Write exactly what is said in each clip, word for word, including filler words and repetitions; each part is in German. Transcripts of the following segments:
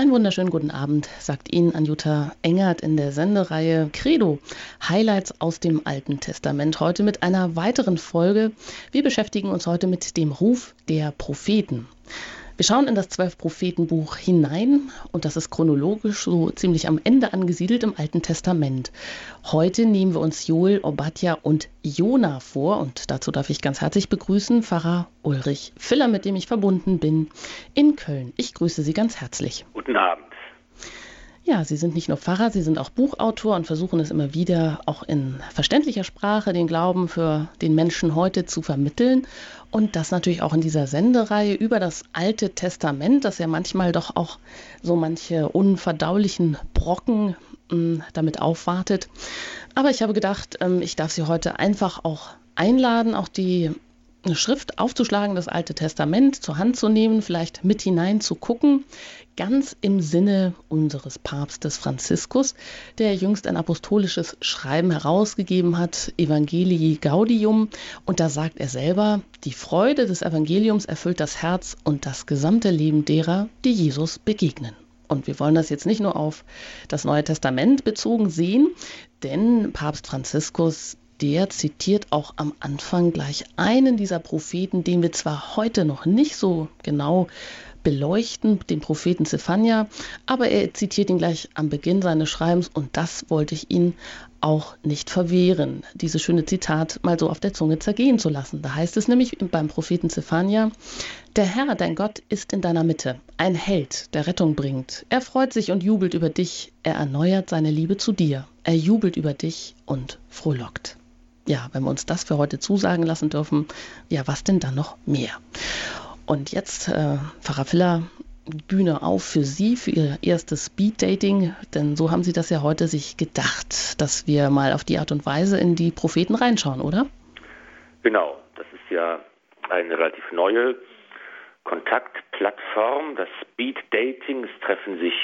Einen wunderschönen guten Abend, sagt Ihnen Anjuta Engert in der Sendereihe Credo, Highlights aus dem Alten Testament. Heute mit einer weiteren Folge. Wir beschäftigen uns heute mit dem Ruf der Propheten. Wir schauen in das Zwölf-Propheten-Buch hinein und das ist chronologisch so ziemlich am Ende angesiedelt im Alten Testament. Heute nehmen wir uns Joel, Obadja und Jona vor und dazu darf ich ganz herzlich begrüßen Pfarrer Ulrich Filler, mit dem ich verbunden bin in Köln. Ich grüße Sie ganz herzlich. Guten Abend. Ja, Sie sind nicht nur Pfarrer, Sie sind auch Buchautor und versuchen es immer wieder auch in verständlicher Sprache, den Glauben für den Menschen heute zu vermitteln. Und das natürlich auch in dieser Sendereihe über das Alte Testament, das ja manchmal doch auch so manche unverdaulichen Brocken mh, damit aufwartet. Aber ich habe gedacht, ähm, ich darf Sie heute einfach auch einladen, auch die eine Schrift aufzuschlagen, das Alte Testament zur Hand zu nehmen, vielleicht mit hinein zu gucken, ganz im Sinne unseres Papstes Franziskus, der jüngst ein apostolisches Schreiben herausgegeben hat, Evangelii Gaudium. Und da sagt er selber, die Freude des Evangeliums erfüllt das Herz und das gesamte Leben derer, die Jesus begegnen. Und wir wollen das jetzt nicht nur auf das Neue Testament bezogen sehen, denn Papst Franziskus, der zitiert auch am Anfang gleich einen dieser Propheten, den wir zwar heute noch nicht so genau beleuchten, den Propheten Zephania, aber er zitiert ihn gleich am Beginn seines Schreibens und das wollte ich Ihnen auch nicht verwehren, dieses schöne Zitat mal so auf der Zunge zergehen zu lassen. Da heißt es nämlich beim Propheten Zephania: Der Herr, dein Gott, ist in deiner Mitte, ein Held, der Rettung bringt. Er freut sich und jubelt über dich, er erneuert seine Liebe zu dir, er jubelt über dich und frohlockt. Ja, wenn wir uns das für heute zusagen lassen dürfen, ja, was denn dann noch mehr? Und jetzt, äh, Pfarrer Filler, Bühne auf für Sie, für Ihr erstes Speed-Dating, denn so haben Sie das ja heute sich gedacht, dass wir mal auf die Art und Weise in die Propheten reinschauen, oder? Genau, das ist ja eine relativ neue Kontaktplattform, das Speed-Dating. Es treffen sich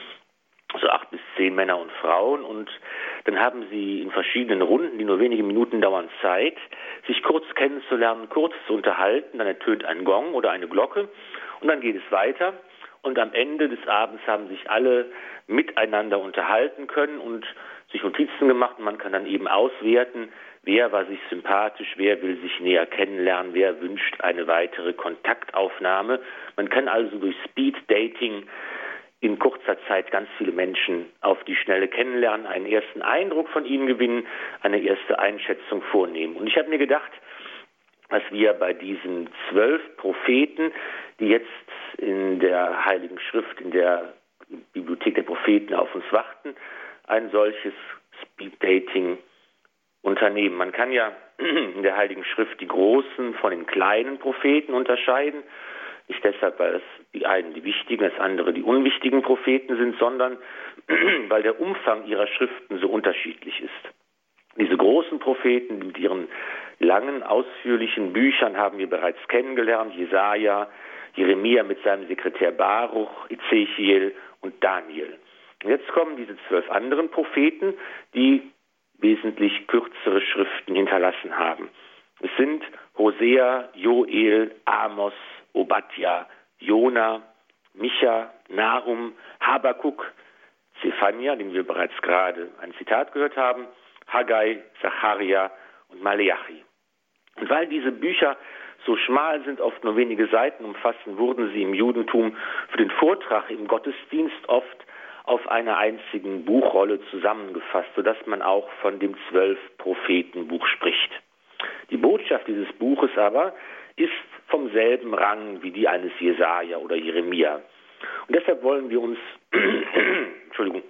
so acht bis zehn Männer und Frauen und dann haben sie in verschiedenen Runden, die nur wenige Minuten dauern, Zeit, sich kurz kennenzulernen, kurz zu unterhalten. Dann ertönt ein Gong oder eine Glocke und dann geht es weiter und am Ende des Abends haben sich alle miteinander unterhalten können und sich Notizen gemacht und man kann dann eben auswerten, wer war sich sympathisch, wer will sich näher kennenlernen, wer wünscht eine weitere Kontaktaufnahme. Man kann also durch Speed-Dating in kurzer Zeit ganz viele Menschen auf die Schnelle kennenlernen, einen ersten Eindruck von ihnen gewinnen, eine erste Einschätzung vornehmen. Und ich habe mir gedacht, dass wir bei diesen zwölf Propheten, die jetzt in der Heiligen Schrift, in der Bibliothek der Propheten auf uns warten, ein solches Speed-Dating unternehmen. Man kann ja in der Heiligen Schrift die großen von den kleinen Propheten unterscheiden. Nicht deshalb, weil es die einen die wichtigen, das andere die unwichtigen Propheten sind, sondern weil der Umfang ihrer Schriften so unterschiedlich ist. Diese großen Propheten mit ihren langen, ausführlichen Büchern haben wir bereits kennengelernt. Jesaja, Jeremia mit seinem Sekretär Baruch, Ezechiel und Daniel. Und jetzt kommen diese zwölf anderen Propheten, die wesentlich kürzere Schriften hinterlassen haben. Es sind Hosea, Joel, Amos, Obadja, Jona, Micha, Nahum, Habakuk, Zephania, den wir bereits gerade ein Zitat gehört haben, Haggai, Zacharia und Maleachi. Und weil diese Bücher so schmal sind, oft nur wenige Seiten umfassen, wurden sie im Judentum für den Vortrag im Gottesdienst oft auf einer einzigen Buchrolle zusammengefasst, sodass man auch von dem Zwölf-Propheten-Buch spricht. Die Botschaft dieses Buches aber ist vom selben Rang wie die eines Jesaja oder Jeremia. Und deshalb wollen wir uns Entschuldigung,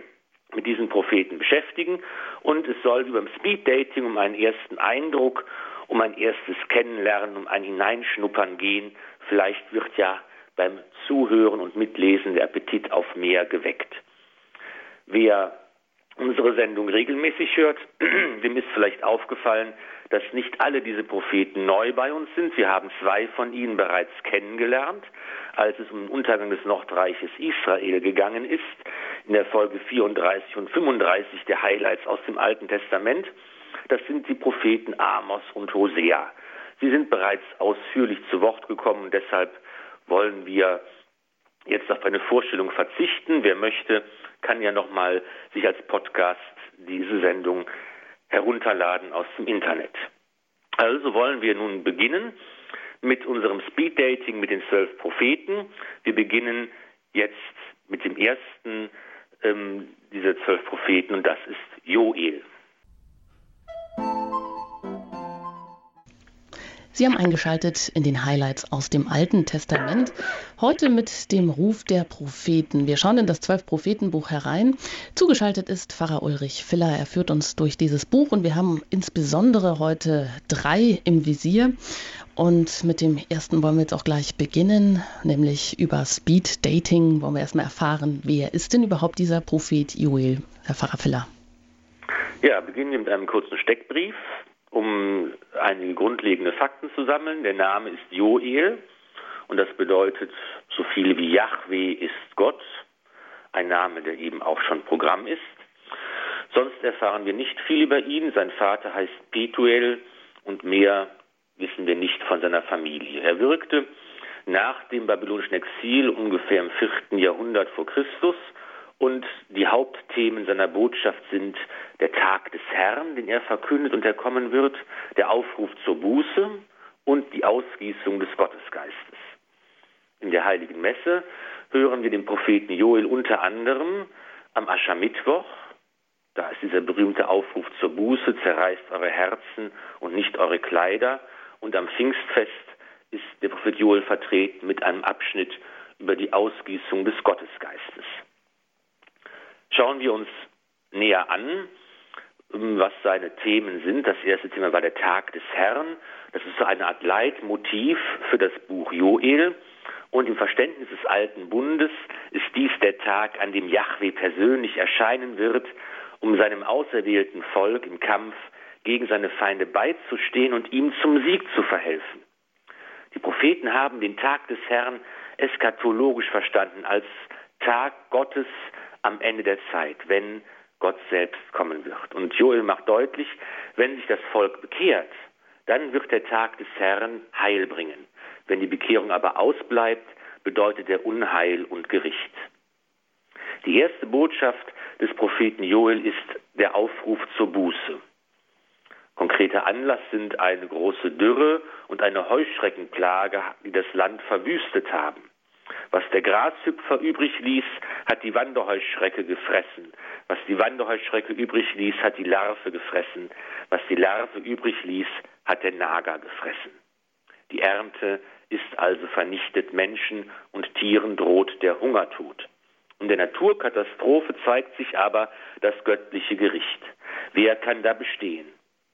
mit diesen Propheten beschäftigen und es soll wie beim Speed-Dating um einen ersten Eindruck, um ein erstes Kennenlernen, um ein Hineinschnuppern gehen. Vielleicht wird ja beim Zuhören und Mitlesen der Appetit auf mehr geweckt. Wer unsere Sendung regelmäßig hört, dem ist vielleicht aufgefallen, dass nicht alle diese Propheten neu bei uns sind. Wir haben zwei von ihnen bereits kennengelernt, als es um den Untergang des Nordreiches Israel gegangen ist, in der Folge vierunddreißig und fünfunddreißig der Highlights aus dem Alten Testament. Das sind die Propheten Amos und Hosea. Sie sind bereits ausführlich zu Wort gekommen, deshalb wollen wir jetzt auf eine Vorstellung verzichten. Wer möchte, kann ja nochmal sich als Podcast diese Sendung herunterladen aus dem Internet. Also wollen wir nun beginnen mit unserem Speeddating mit den zwölf Propheten. Wir beginnen jetzt mit dem ersten ähm, dieser zwölf Propheten und das ist Joel. Sie haben eingeschaltet in den Highlights aus dem Alten Testament. Heute mit dem Ruf der Propheten. Wir schauen in das Zwölf-Propheten-Buch herein. Zugeschaltet ist Pfarrer Ulrich Filler. Er führt uns durch dieses Buch und wir haben insbesondere heute drei im Visier. Und mit dem ersten wollen wir jetzt auch gleich beginnen, nämlich über Speed Dating. Wollen wir erstmal erfahren, wer ist denn überhaupt dieser Prophet Joel, Herr Pfarrer Filler? Ja, beginnen wir mit einem kurzen Steckbrief, um einige grundlegende Fakten zu sammeln. Der Name ist Joel und das bedeutet so viel wie Jahwe ist Gott, ein Name, der eben auch schon Programm ist. Sonst erfahren wir nicht viel über ihn. Sein Vater heißt Petuel und mehr wissen wir nicht von seiner Familie. Er wirkte nach dem babylonischen Exil ungefähr im vierten Jahrhundert vor Christus. Und die Hauptthemen seiner Botschaft sind der Tag des Herrn, den er verkündet und der kommen wird, der Aufruf zur Buße und die Ausgießung des Gottesgeistes. In der Heiligen Messe hören wir den Propheten Joel unter anderem am Aschermittwoch. Da ist dieser berühmte Aufruf zur Buße, zerreißt eure Herzen und nicht eure Kleider. Und am Pfingstfest ist der Prophet Joel vertreten mit einem Abschnitt über die Ausgießung des Gottesgeistes. Schauen wir uns näher an, was seine Themen sind. Das erste Thema war der Tag des Herrn. Das ist so eine Art Leitmotiv für das Buch Joel. Und im Verständnis des Alten Bundes ist dies der Tag, an dem Jahwe persönlich erscheinen wird, um seinem auserwählten Volk im Kampf gegen seine Feinde beizustehen und ihm zum Sieg zu verhelfen. Die Propheten haben den Tag des Herrn eschatologisch verstanden, als Tag Gottes am Ende der Zeit, wenn Gott selbst kommen wird. Und Joel macht deutlich, wenn sich das Volk bekehrt, dann wird der Tag des Herrn Heil bringen. Wenn die Bekehrung aber ausbleibt, bedeutet er Unheil und Gericht. Die erste Botschaft des Propheten Joel ist der Aufruf zur Buße. Konkreter Anlass sind eine große Dürre und eine Heuschreckenplage, die das Land verwüstet haben. Was der Grashüpfer übrig ließ, hat die Wanderheuschrecke gefressen. Was die Wanderheuschrecke übrig ließ, hat die Larve gefressen. Was die Larve übrig ließ, hat der Nager gefressen. Die Ernte ist also vernichtet. Menschen und Tieren droht der Hungertod. In der Naturkatastrophe zeigt sich aber das göttliche Gericht. Wer kann da bestehen?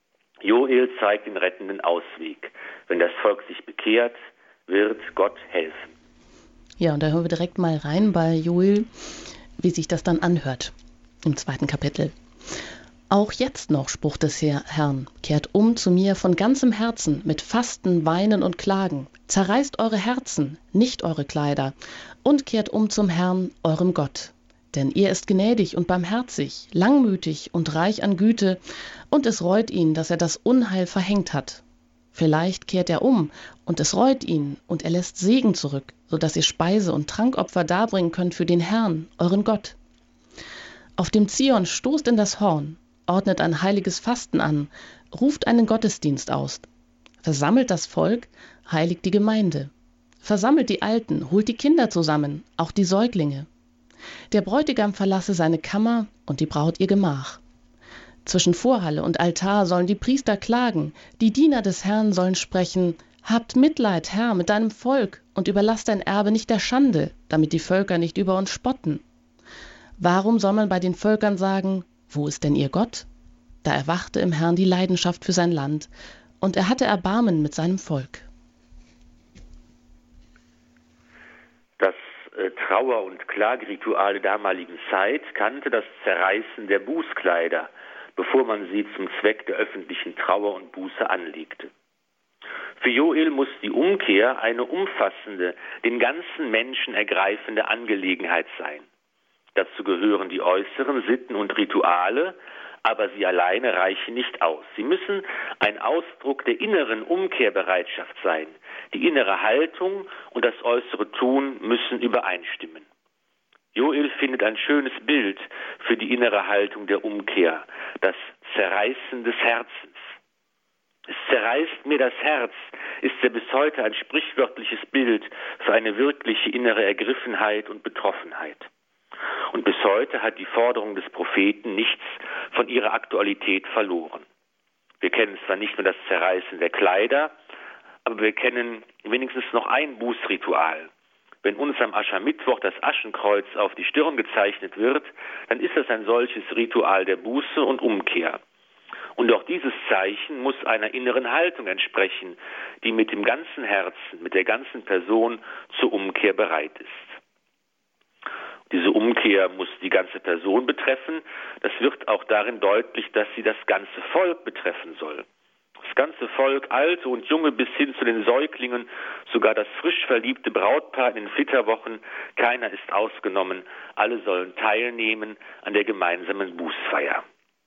Joel zeigt den rettenden Ausweg. Wenn das Volk sich bekehrt, wird Gott helfen. Ja, und da hören wir direkt mal rein bei Joel, wie sich das dann anhört im zweiten Kapitel. Auch jetzt noch, Spruch des Herrn, kehrt um zu mir von ganzem Herzen mit Fasten, Weinen und Klagen. Zerreißt eure Herzen, nicht eure Kleider, und kehrt um zum Herrn, eurem Gott. Denn er ist gnädig und barmherzig, langmütig und reich an Güte, und es reut ihn, dass er das Unheil verhängt hat. Vielleicht kehrt er um, und es reut ihn, und er lässt Segen zurück, so dass ihr Speise- und Trankopfer darbringen könnt für den Herrn, euren Gott. Auf dem Zion stoßt in das Horn, ordnet ein heiliges Fasten an, ruft einen Gottesdienst aus. Versammelt das Volk, heiligt die Gemeinde. Versammelt die Alten, holt die Kinder zusammen, auch die Säuglinge. Der Bräutigam verlasse seine Kammer und die Braut ihr Gemach. Zwischen Vorhalle und Altar sollen die Priester klagen, die Diener des Herrn sollen sprechen: Habt Mitleid, Herr, mit deinem Volk und überlass dein Erbe nicht der Schande, damit die Völker nicht über uns spotten. Warum soll man bei den Völkern sagen: Wo ist denn ihr Gott? Da erwachte im Herrn die Leidenschaft für sein Land, und er hatte Erbarmen mit seinem Volk. Das äh, Trauer- und Klageritual der damaligen Zeit kannte das Zerreißen der Bußkleider, bevor man sie zum Zweck der öffentlichen Trauer und Buße anlegte. Für Joel muss die Umkehr eine umfassende, den ganzen Menschen ergreifende Angelegenheit sein. Dazu gehören die äußeren Sitten und Rituale, aber sie alleine reichen nicht aus. Sie müssen ein Ausdruck der inneren Umkehrbereitschaft sein, Die innere Haltung und das äußere Tun müssen übereinstimmen. Joel findet ein schönes Bild für die innere Haltung der Umkehr, das Zerreißen des Herzens. Es zerreißt mir das Herz, ist ja bis heute ein sprichwörtliches Bild für eine wirkliche innere Ergriffenheit und Betroffenheit. Und bis heute hat die Forderung des Propheten nichts von ihrer Aktualität verloren. Wir kennen zwar nicht nur das Zerreißen der Kleider, aber wir kennen wenigstens noch ein Bußritual. Wenn uns am Aschermittwoch das Aschenkreuz auf die Stirn gezeichnet wird, dann ist das ein solches Ritual der Buße und Umkehr. Und auch dieses Zeichen muss einer inneren Haltung entsprechen, die mit dem ganzen Herzen, mit der ganzen Person zur Umkehr bereit ist. Diese Umkehr muss die ganze Person betreffen. Das wird auch darin deutlich, dass sie das ganze Volk betreffen soll. Das ganze Volk, Alte und Junge bis hin zu den Säuglingen, sogar das frisch verliebte Brautpaar in den Flitterwochen, keiner ist ausgenommen. Alle sollen teilnehmen an der gemeinsamen Bußfeier.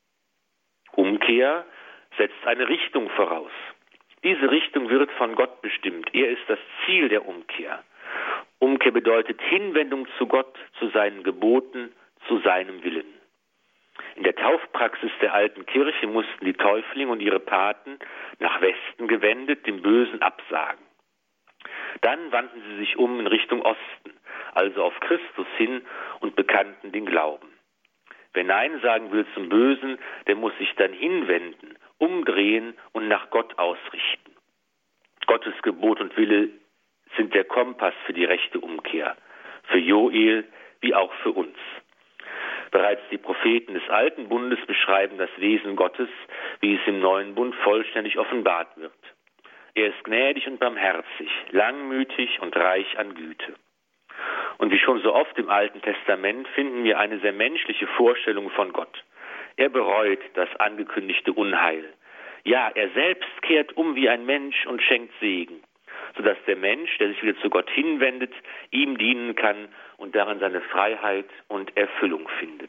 Umkehr setzt eine Richtung voraus. Diese Richtung wird von Gott bestimmt. Er ist das Ziel der Umkehr. Umkehr bedeutet Hinwendung zu Gott, zu seinen Geboten, zu seinem Willen. In der Taufpraxis der alten Kirche mussten die Täuflinge und ihre Paten nach Westen gewendet dem Bösen absagen. Dann wandten sie sich um in Richtung Osten, also auf Christus hin, und bekannten den Glauben. Wer Nein sagen will zum Bösen, der muss sich dann hinwenden, umdrehen und nach Gott ausrichten. Gottes Gebot und Wille sind der Kompass für die rechte Umkehr, für Joel wie auch für uns. Bereits die Propheten des Alten Bundes beschreiben das Wesen Gottes, wie es im Neuen Bund vollständig offenbart wird. Er ist gnädig und barmherzig, langmütig und reich an Güte. Und wie schon so oft im Alten Testament finden wir eine sehr menschliche Vorstellung von Gott. Er bereut das angekündigte Unheil. Ja, er selbst kehrt um wie ein Mensch und schenkt Segen, sodass der Mensch, der sich wieder zu Gott hinwendet, ihm dienen kann und darin seine Freiheit und Erfüllung findet.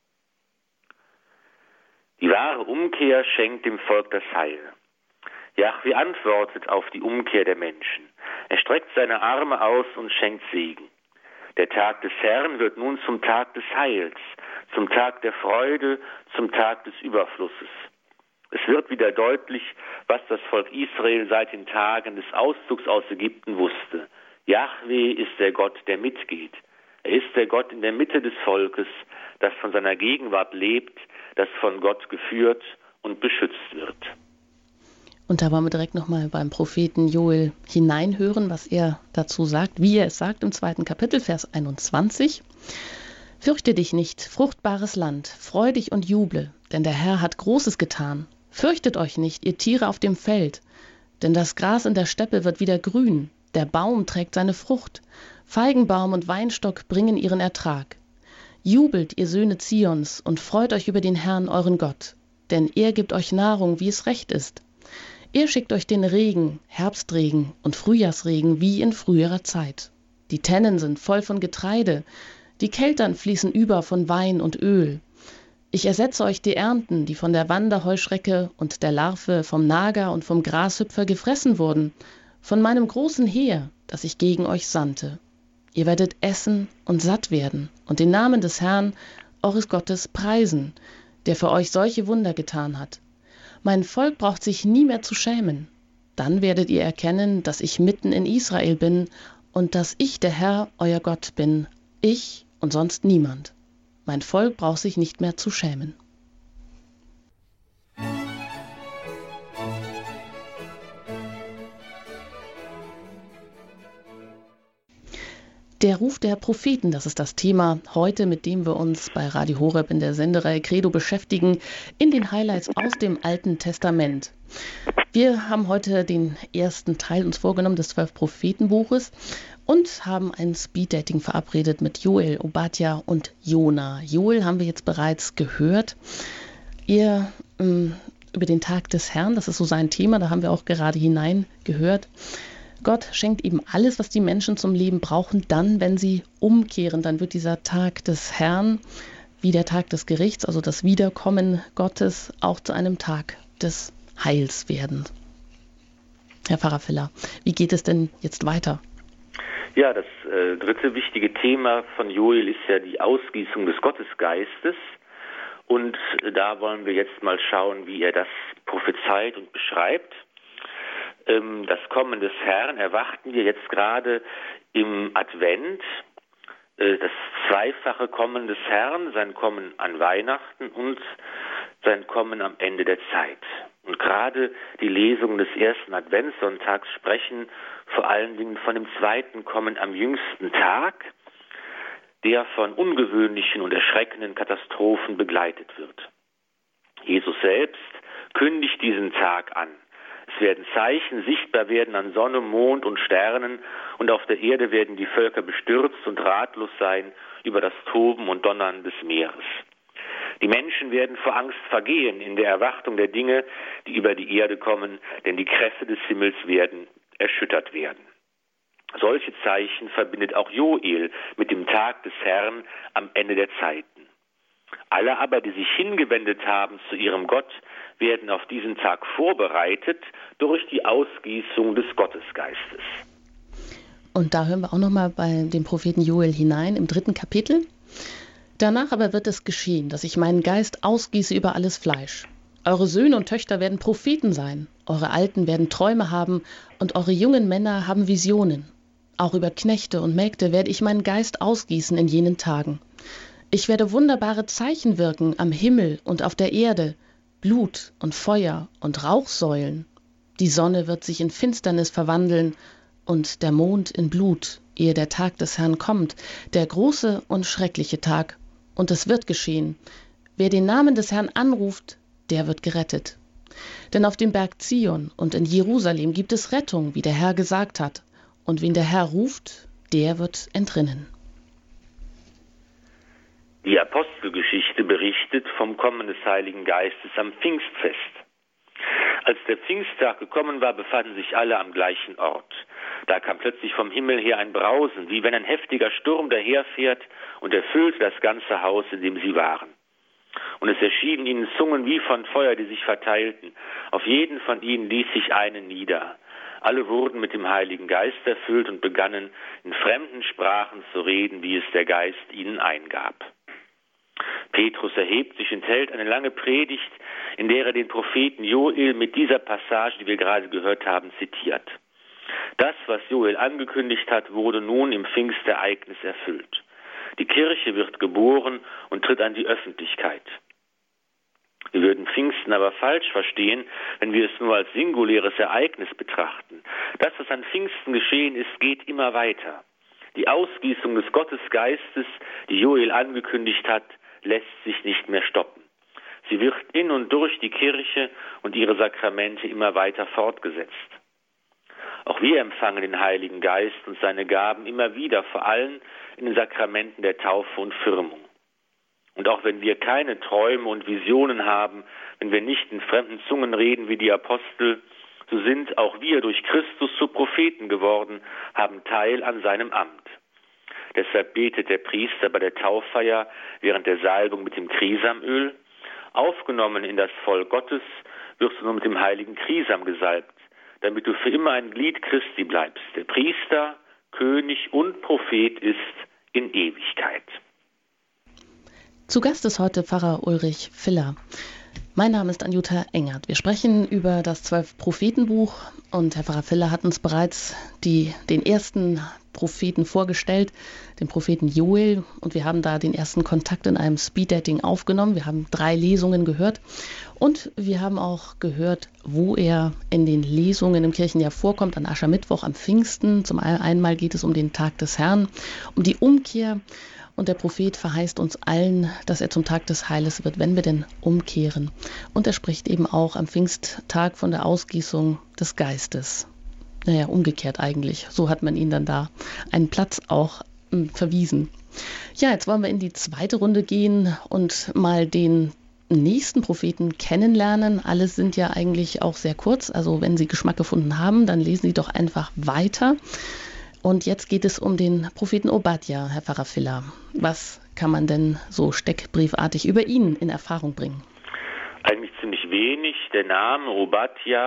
Die wahre Umkehr schenkt dem Volk das Heil. Jahwe antwortet auf die Umkehr der Menschen. Er streckt seine Arme aus und schenkt Segen. Der Tag des Herrn wird nun zum Tag des Heils, zum Tag der Freude, zum Tag des Überflusses. Es wird wieder deutlich, was das Volk Israel seit den Tagen des Auszugs aus Ägypten wusste. Jahwe ist der Gott, der mitgeht. Er ist der Gott in der Mitte des Volkes, das von seiner Gegenwart lebt, das von Gott geführt und beschützt wird. Und da wollen wir direkt nochmal beim Propheten Joel hineinhören, was er dazu sagt, wie er es sagt im zweiten Kapitel, Vers einundzwanzig. Fürchte dich nicht, fruchtbares Land, freu dich und juble, denn der Herr hat Großes getan. Fürchtet euch nicht, ihr Tiere auf dem Feld, denn das Gras in der Steppe wird wieder grün, der Baum trägt seine Frucht, Feigenbaum und Weinstock bringen ihren Ertrag. Jubelt, ihr Söhne Zions, und freut euch über den Herrn, euren Gott, denn er gibt euch Nahrung, wie es recht ist. Er schickt euch den Regen, Herbstregen und Frühjahrsregen wie in früherer Zeit. Die Tennen sind voll von Getreide, die Keltern fließen über von Wein und Öl. Ich ersetze euch die Ernten, die von der Wanderheuschrecke und der Larve, vom Nager und vom Grashüpfer gefressen wurden, von meinem großen Heer, das ich gegen euch sandte. Ihr werdet essen und satt werden und den Namen des Herrn, eures Gottes, preisen, der für euch solche Wunder getan hat. Mein Volk braucht sich nie mehr zu schämen. Dann werdet ihr erkennen, dass ich mitten in Israel bin und dass ich der Herr, euer Gott bin, ich und sonst niemand. Mein Volk braucht sich nicht mehr zu schämen. Der Ruf der Propheten, das ist das Thema heute, mit dem wir uns bei Radio Horeb in der Sendereihe Credo beschäftigen, in den Highlights aus dem Alten Testament. Wir haben heute den ersten Teil uns vorgenommen des Zwölf-Propheten-Buches und haben ein Speed-Dating verabredet mit Joel, Obadja und Jona. Joel haben wir jetzt bereits gehört. Ihr ähm, über den Tag des Herrn, das ist so sein Thema, da haben wir auch gerade hineingehört. Gott schenkt eben alles, was die Menschen zum Leben brauchen, dann, wenn sie umkehren. Dann wird dieser Tag des Herrn, wie der Tag des Gerichts, also das Wiederkommen Gottes, auch zu einem Tag des Heils werden. Herr Pfarrer Filler, wie geht es denn jetzt weiter? Ja, das äh, dritte wichtige Thema von Joel ist ja die Ausgießung des Gottesgeistes. Und äh, da wollen wir jetzt mal schauen, wie er das prophezeit und beschreibt. Ähm, das Kommen des Herrn erwarten wir jetzt gerade im Advent. Äh, das zweifache Kommen des Herrn, sein Kommen an Weihnachten und sein Kommen am Ende der Zeit. Und gerade die Lesungen des ersten Adventssonntags sprechen vor allen Dingen von dem zweiten Kommen am jüngsten Tag, der von ungewöhnlichen und erschreckenden Katastrophen begleitet wird. Jesus selbst kündigt diesen Tag an. Es werden Zeichen sichtbar werden an Sonne, Mond und Sternen, und auf der Erde werden die Völker bestürzt und ratlos sein über das Toben und Donnern des Meeres. Die Menschen werden vor Angst vergehen in der Erwartung der Dinge, die über die Erde kommen, denn die Kräfte des Himmels werden erschüttert werden. Solche Zeichen verbindet auch Joel mit dem Tag des Herrn am Ende der Zeiten. Alle aber, die sich hingewendet haben zu ihrem Gott, werden auf diesen Tag vorbereitet durch die Ausgießung des Gottesgeistes. Und da hören wir auch nochmal bei dem Propheten Joel hinein im dritten Kapitel. Danach aber wird es geschehen, dass ich meinen Geist ausgieße über alles Fleisch. Eure Söhne und Töchter werden Propheten sein, eure Alten werden Träume haben und eure jungen Männer haben Visionen. Auch über Knechte und Mägde werde ich meinen Geist ausgießen in jenen Tagen. Ich werde wunderbare Zeichen wirken am Himmel und auf der Erde, Blut und Feuer und Rauchsäulen. Die Sonne wird sich in Finsternis verwandeln und der Mond in Blut, ehe der Tag des Herrn kommt, der große und schreckliche Tag. Und es wird geschehen. Wer den Namen des Herrn anruft, der wird gerettet. Denn auf dem Berg Zion und in Jerusalem gibt es Rettung, wie der Herr gesagt hat. Und wen der Herr ruft, der wird entrinnen. Die Apostelgeschichte berichtet vom Kommen des Heiligen Geistes am Pfingstfest. Als der Pfingsttag gekommen war, befanden sich alle am gleichen Ort. Da kam plötzlich vom Himmel her ein Brausen, wie wenn ein heftiger Sturm daherfährt, und erfüllte das ganze Haus, in dem sie waren. Und es erschienen ihnen Zungen wie von Feuer, die sich verteilten. Auf jeden von ihnen ließ sich eine nieder. Alle wurden mit dem Heiligen Geist erfüllt und begannen, in fremden Sprachen zu reden, wie es der Geist ihnen eingab. Petrus erhebt sich und hält eine lange Predigt, in der er den Propheten Joel mit dieser Passage, die wir gerade gehört haben, zitiert. Das, was Joel angekündigt hat, wurde nun im Pfingstereignis erfüllt. Die Kirche wird geboren und tritt an die Öffentlichkeit. Wir würden Pfingsten aber falsch verstehen, wenn wir es nur als singuläres Ereignis betrachten. Das, was an Pfingsten geschehen ist, geht immer weiter. Die Ausgießung des Gottesgeistes, die Joel angekündigt hat, lässt sich nicht mehr stoppen. Sie wird in und durch die Kirche und ihre Sakramente immer weiter fortgesetzt. Auch wir empfangen den Heiligen Geist und seine Gaben immer wieder, vor allem in den Sakramenten der Taufe und Firmung. Und auch wenn wir keine Träume und Visionen haben, wenn wir nicht in fremden Zungen reden wie die Apostel, so sind auch wir durch Christus zu Propheten geworden, haben Teil an seinem Amt. Deshalb betet der Priester bei der Tauffeier während der Salbung mit dem Krisamöl: Aufgenommen in das Volk Gottes wirst du nur mit dem heiligen Krisam gesalbt, damit du für immer ein Glied Christi bleibst, der Priester, König und Prophet ist in Ewigkeit. Zu Gast ist heute Pfarrer Ulrich Filler. Mein Name ist Anjuta Engert. Wir sprechen über das Zwölf-Propheten-Buch und Herr Pfarrer Filler hat uns bereits die, den ersten Propheten vorgestellt, den Propheten Joel, und wir haben da den ersten Kontakt in einem Speeddating aufgenommen. Wir haben drei Lesungen gehört und wir haben auch gehört, wo er in den Lesungen im Kirchenjahr vorkommt, an Aschermittwoch, am Pfingsten. Zum einen geht es um den Tag des Herrn, um die Umkehr. Und der Prophet verheißt uns allen, dass er zum Tag des Heiles wird, wenn wir denn umkehren. Und er spricht eben auch am Pfingsttag von der Ausgießung des Geistes. Naja, umgekehrt eigentlich. So hat man ihn dann da einen Platz auch mh, verwiesen. Ja, jetzt wollen wir in die zweite Runde gehen und mal den nächsten Propheten kennenlernen. Alle sind ja eigentlich auch sehr kurz. Also wenn Sie Geschmack gefunden haben, dann lesen Sie doch einfach weiter. Und jetzt geht es um den Propheten Obadja, Herr Pfarrer Filler. Was kann man denn so steckbriefartig über ihn in Erfahrung bringen? Eigentlich ziemlich wenig. Der Name Obadja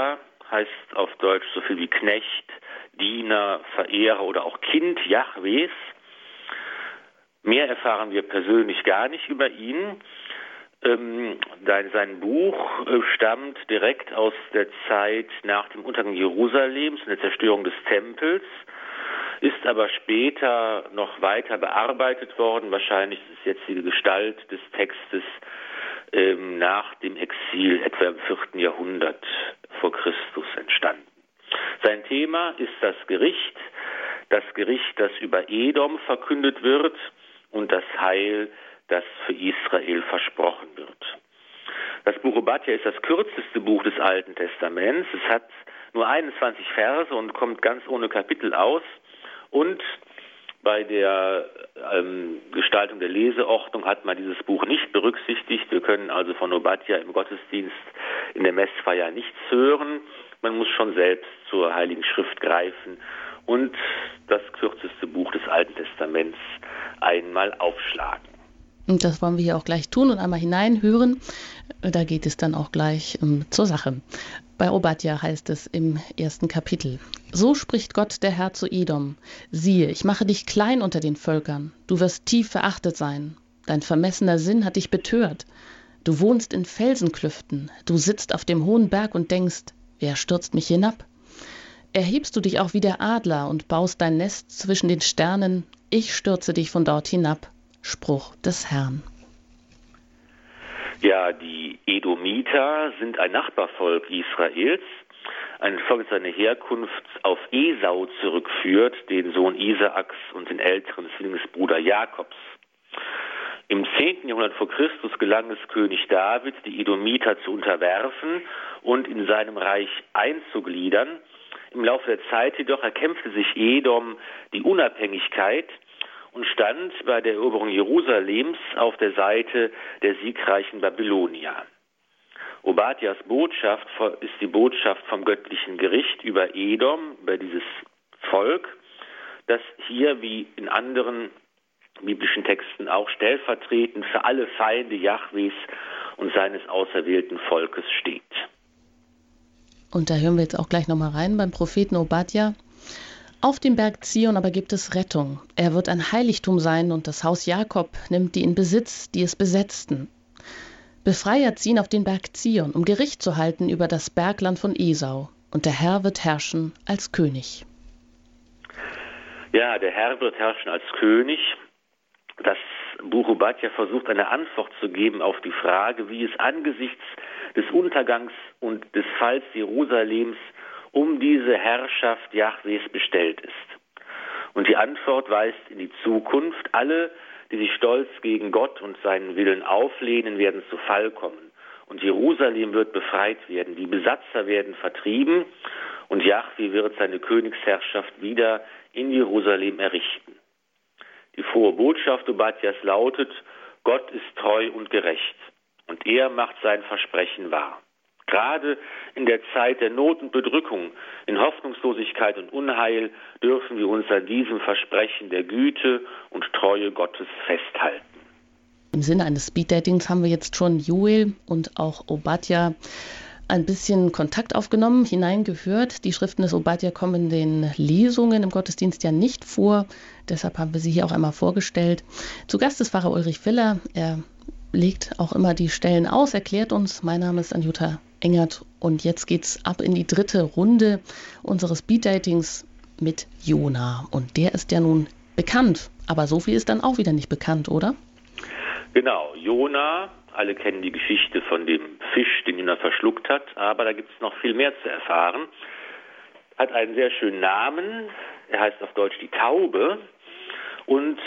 heißt auf Deutsch so viel wie Knecht, Diener, Verehrer oder auch Kind Jahwes. Mehr erfahren wir persönlich gar nicht über ihn. Ähm, sein Buch äh, stammt direkt aus der Zeit nach dem Untergang Jerusalems und der Zerstörung des Tempels, ist aber später noch weiter bearbeitet worden. Wahrscheinlich ist jetzt die Gestalt des Textes ähm, nach dem Exil etwa im vierten Jahrhundert vor Christus entstanden. Sein Thema ist das Gericht, das Gericht, das über Edom verkündet wird und das Heil, das für Israel versprochen wird. Das Buch Obadja ist das kürzeste Buch des Alten Testaments. Es hat nur einundzwanzig Verse und kommt ganz ohne Kapitel aus. Und bei der ähm, Gestaltung der Leseordnung hat man dieses Buch nicht berücksichtigt. Wir können also von Obadja im Gottesdienst in der Messfeier nichts hören. Man muss schon selbst zur Heiligen Schrift greifen und das kürzeste Buch des Alten Testaments einmal aufschlagen. Und das wollen wir hier auch gleich tun und einmal hineinhören. Da geht es dann auch gleich um, zur Sache. Bei Obadja heißt es im ersten Kapitel: So spricht Gott der Herr zu Edom: Siehe, ich mache dich klein unter den Völkern. Du wirst tief verachtet sein. Dein vermessener Sinn hat dich betört. Du wohnst in Felsenklüften. Du sitzt auf dem hohen Berg und denkst: Wer stürzt mich hinab? Erhebst du dich auch wie der Adler und baust dein Nest zwischen den Sternen? Ich stürze dich von dort hinab. Spruch des Herrn. Ja, die Edomiter sind ein Nachbarvolk Israels, ein Volk, das seine Herkunft auf Esau zurückführt, den Sohn Isaaks und den älteren Zwillingsbruder Jakobs. Im zehnten Jahrhundert vor Christus gelang es König David, die Edomiter zu unterwerfen und in seinem Reich einzugliedern. Im Laufe der Zeit jedoch erkämpfte sich Edom die Unabhängigkeit und stand bei der Eroberung Jerusalems auf der Seite der siegreichen Babylonier. Obadjas Botschaft ist die Botschaft vom göttlichen Gericht über Edom, über dieses Volk, das hier wie in anderen biblischen Texten auch stellvertretend für alle Feinde Jahwes und seines auserwählten Volkes steht. Und da hören wir jetzt auch gleich nochmal rein beim Propheten Obadja. Auf dem Berg Zion aber gibt es Rettung. Er wird ein Heiligtum sein und das Haus Jakob nimmt die in Besitz, die es besetzten. Befreier ziehen auf den Berg Zion, um Gericht zu halten über das Bergland von Esau. Und der Herr wird herrschen als König. Ja, der Herr wird herrschen als König. Das Buch Obadja versucht eine Antwort zu geben auf die Frage, wie es angesichts des Untergangs und des Falls Jerusalems um diese Herrschaft Jahwes bestellt ist. Und die Antwort weist in die Zukunft. Alle, die sich stolz gegen Gott und seinen Willen auflehnen, werden zu Fall kommen. Und Jerusalem wird befreit werden. Die Besatzer werden vertrieben und Jahwe wird seine Königsherrschaft wieder in Jerusalem errichten. Die frohe Botschaft Obadjas lautet: Gott ist treu und gerecht und er macht sein Versprechen wahr. Gerade in der Zeit der Not und Bedrückung, in Hoffnungslosigkeit und Unheil dürfen wir uns an diesem Versprechen der Güte und Treue Gottes festhalten. Im Sinne eines Speeddatings haben wir jetzt schon Joel und auch Obadja ein bisschen Kontakt aufgenommen, hineingehört. Die Schriften des Obadja kommen in den Lesungen im Gottesdienst ja nicht vor. Deshalb haben wir sie hier auch einmal vorgestellt. Zu Gast ist Pfarrer Ulrich Filler. Er legt auch immer die Stellen aus, erklärt uns. Mein Name ist Anjuta Engert und jetzt geht's ab in die dritte Runde unseres Speeddatings mit Jona. Und der ist ja nun bekannt, aber so viel ist dann auch wieder nicht bekannt, oder? Genau, Jona, alle kennen die Geschichte von dem Fisch, den Jona verschluckt hat, aber da gibt es noch viel mehr zu erfahren. Hat einen sehr schönen Namen, er heißt auf Deutsch die Taube. Und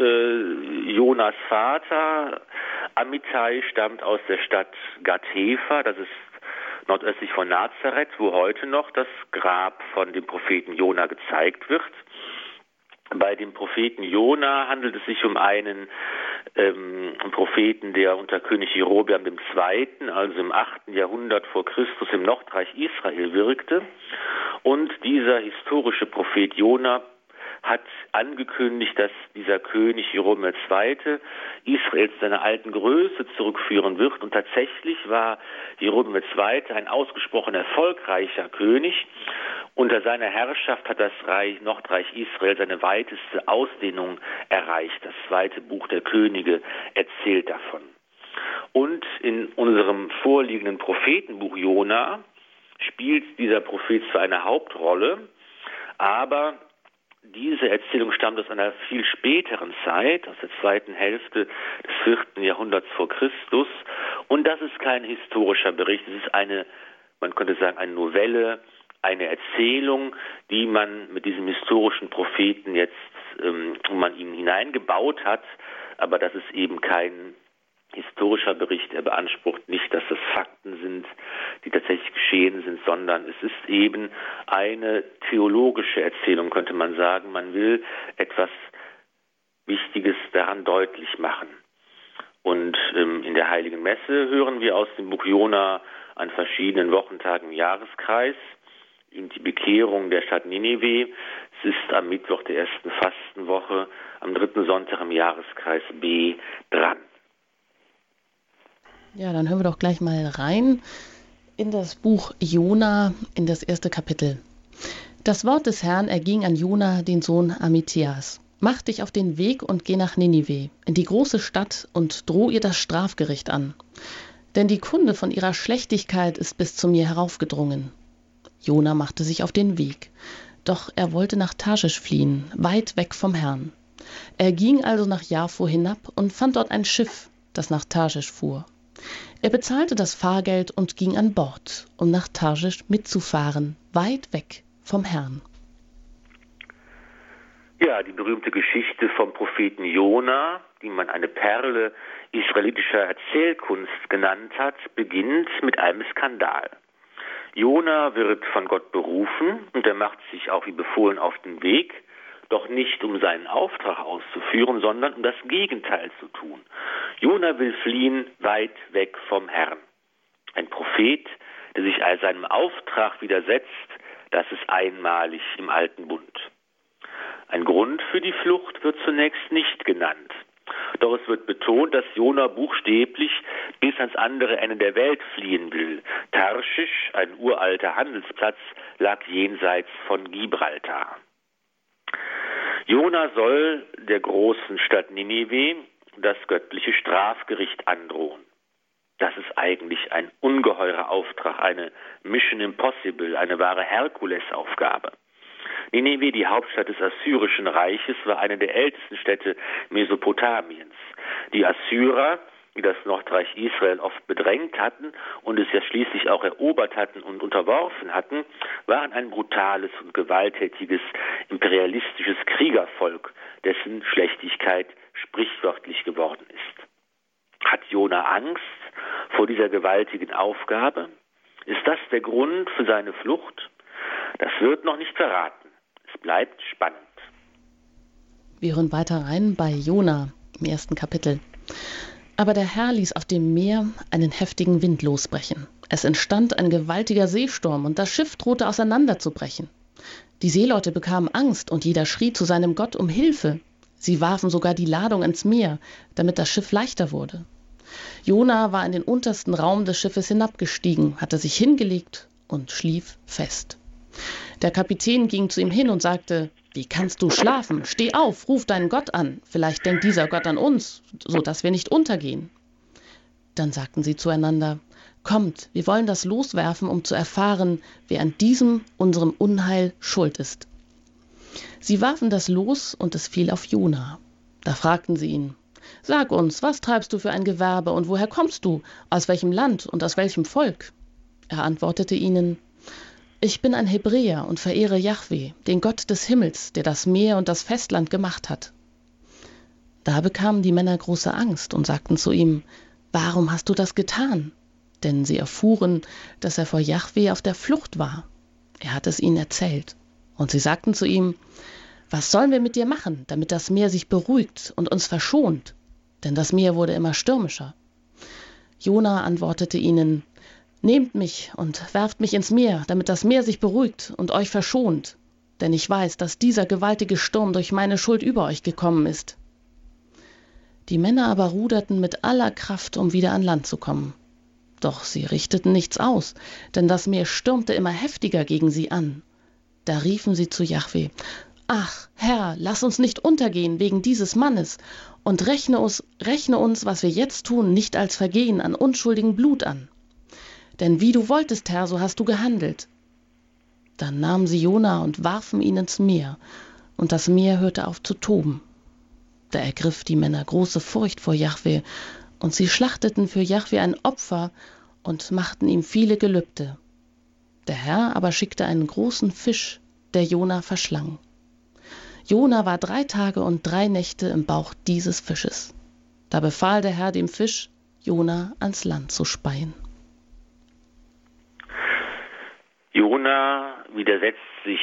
äh, Jonas Vater, Amittai, stammt aus der Stadt Gat-Hefer, das ist nordöstlich von Nazareth, wo heute noch das Grab von dem Propheten Jona gezeigt wird. Bei dem Propheten Jona handelt es sich um einen ähm, Propheten, der unter König Jerobeam der Zweite., also im achten Jahrhundert vor Christus im Nordreich Israel wirkte. Und dieser historische Prophet Jona hat angekündigt, dass dieser König Jerobeam der Zweite Israel zu seiner alten Größe zurückführen wird. Und tatsächlich war Jerobeam der Zweite ein ausgesprochen erfolgreicher König. Unter seiner Herrschaft hat das Reich, Nordreich Israel seine weiteste Ausdehnung erreicht. Das zweite Buch der Könige erzählt davon. Und in unserem vorliegenden Prophetenbuch Jona spielt dieser Prophet zwar eine Hauptrolle, aber diese Erzählung stammt aus einer viel späteren Zeit, aus der zweiten Hälfte des vierten Jahrhunderts vor Christus. Und das ist kein historischer Bericht, es ist eine, man könnte sagen, eine Novelle, eine Erzählung, die man mit diesem historischen Propheten jetzt, ähm, man ihn hineingebaut hat, aber das ist eben kein historischer Bericht. Er beansprucht nicht, dass das Fakten sind, die tatsächlich geschehen sind, sondern es ist eben eine theologische Erzählung, könnte man sagen. Man will etwas Wichtiges daran deutlich machen. Und ähm, in der Heiligen Messe hören wir aus dem Buch Jona an verschiedenen Wochentagen im Jahreskreis die Bekehrung der Stadt Ninive. Es ist am Mittwoch der ersten Fastenwoche, am dritten Sonntag im Jahreskreis B dran. Ja, dann hören wir doch gleich mal rein in das Buch Jona, in das erste Kapitel. Das Wort des Herrn erging an Jona, den Sohn Amithias. Mach dich auf den Weg und geh nach Ninive, in die große Stadt, und droh ihr das Strafgericht an. Denn die Kunde von ihrer Schlechtigkeit ist bis zu mir heraufgedrungen. Jona machte sich auf den Weg, doch er wollte nach Tarschisch fliehen, weit weg vom Herrn. Er ging also nach Jaffo hinab und fand dort ein Schiff, das nach Tarschisch fuhr. Er bezahlte das Fahrgeld und ging an Bord, um nach Tarschisch mitzufahren, weit weg vom Herrn. Ja, die berühmte Geschichte vom Propheten Jona, die man eine Perle israelitischer Erzählkunst genannt hat, beginnt mit einem Skandal. Jona wird von Gott berufen und er macht sich auch wie befohlen auf den Weg, doch nicht um seinen Auftrag auszuführen, sondern um das Gegenteil zu tun. Jona will fliehen weit weg vom Herrn. Ein Prophet, der sich seinem Auftrag widersetzt, das ist einmalig im Alten Bund. Ein Grund für die Flucht wird zunächst nicht genannt. Doch es wird betont, dass Jona buchstäblich bis ans andere Ende der Welt fliehen will. Tarschisch, ein uralter Handelsplatz, lag jenseits von Gibraltar. Jona soll der großen Stadt Ninive das göttliche Strafgericht androhen. Das ist eigentlich ein ungeheurer Auftrag, eine Mission Impossible, eine wahre Herkulesaufgabe. Ninive, die Hauptstadt des Assyrischen Reiches, war eine der ältesten Städte Mesopotamiens. Die Assyrer, die das Nordreich Israel oft bedrängt hatten und es ja schließlich auch erobert hatten und unterworfen hatten, waren ein brutales und gewalttätiges imperialistisches Kriegervolk, dessen Schlechtigkeit sprichwörtlich geworden ist. Hat Jona Angst vor dieser gewaltigen Aufgabe? Ist das der Grund für seine Flucht? Das wird noch nicht verraten. Es bleibt spannend. Wir hören weiter rein bei Jona im ersten Kapitel. Aber der Herr ließ auf dem Meer einen heftigen Wind losbrechen. Es entstand ein gewaltiger Seesturm und das Schiff drohte auseinanderzubrechen. Die Seeleute bekamen Angst und jeder schrie zu seinem Gott um Hilfe. Sie warfen sogar die Ladung ins Meer, damit das Schiff leichter wurde. Jona war in den untersten Raum des Schiffes hinabgestiegen, hatte sich hingelegt und schlief fest. Der Kapitän ging zu ihm hin und sagte: Wie kannst du schlafen? Steh auf, ruf deinen Gott an. Vielleicht denkt dieser Gott an uns, so dass wir nicht untergehen. Dann sagten sie zueinander: Kommt, wir wollen das Los werfen, um zu erfahren, wer an diesem, unserem Unheil, schuld ist. Sie warfen das Los und es fiel auf Jona. Da fragten sie ihn: Sag uns, was treibst du für ein Gewerbe und woher kommst du? Aus welchem Land und aus welchem Volk? Er antwortete ihnen: Ich bin ein Hebräer und verehre Jahwe, den Gott des Himmels, der das Meer und das Festland gemacht hat. Da bekamen die Männer große Angst und sagten zu ihm: Warum hast du das getan? Denn sie erfuhren, dass er vor Jahwe auf der Flucht war. Er hat es ihnen erzählt. Und sie sagten zu ihm: Was sollen wir mit dir machen, damit das Meer sich beruhigt und uns verschont? Denn das Meer wurde immer stürmischer. Jona antwortete ihnen: Nehmt mich und werft mich ins Meer, damit das Meer sich beruhigt und euch verschont. denn ich weiß, dass dieser gewaltige Sturm durch meine Schuld über euch gekommen ist. Die Männer aber ruderten mit aller Kraft, um wieder an Land zu kommen. Doch sie richteten nichts aus, denn das Meer stürmte immer heftiger gegen sie an. Da riefen sie zu Jahwe: »Ach, Herr, lass uns nicht untergehen wegen dieses Mannes und rechne uns, rechne uns, was wir jetzt tun, nicht als Vergehen an unschuldigem Blut an. Denn wie du wolltest, Herr, so hast du gehandelt.« Dann nahmen sie Jona und warfen ihn ins Meer, und das Meer hörte auf zu toben. Da ergriff die Männer große Furcht vor Jahwe, und sie schlachteten für Jahwe ein Opfer und machten ihm viele Gelübde. Der Herr aber schickte einen großen Fisch, der Jona verschlang. Jona war drei Tage und drei Nächte im Bauch dieses Fisches. Da befahl der Herr dem Fisch, Jona ans Land zu speien. Jona widersetzt sich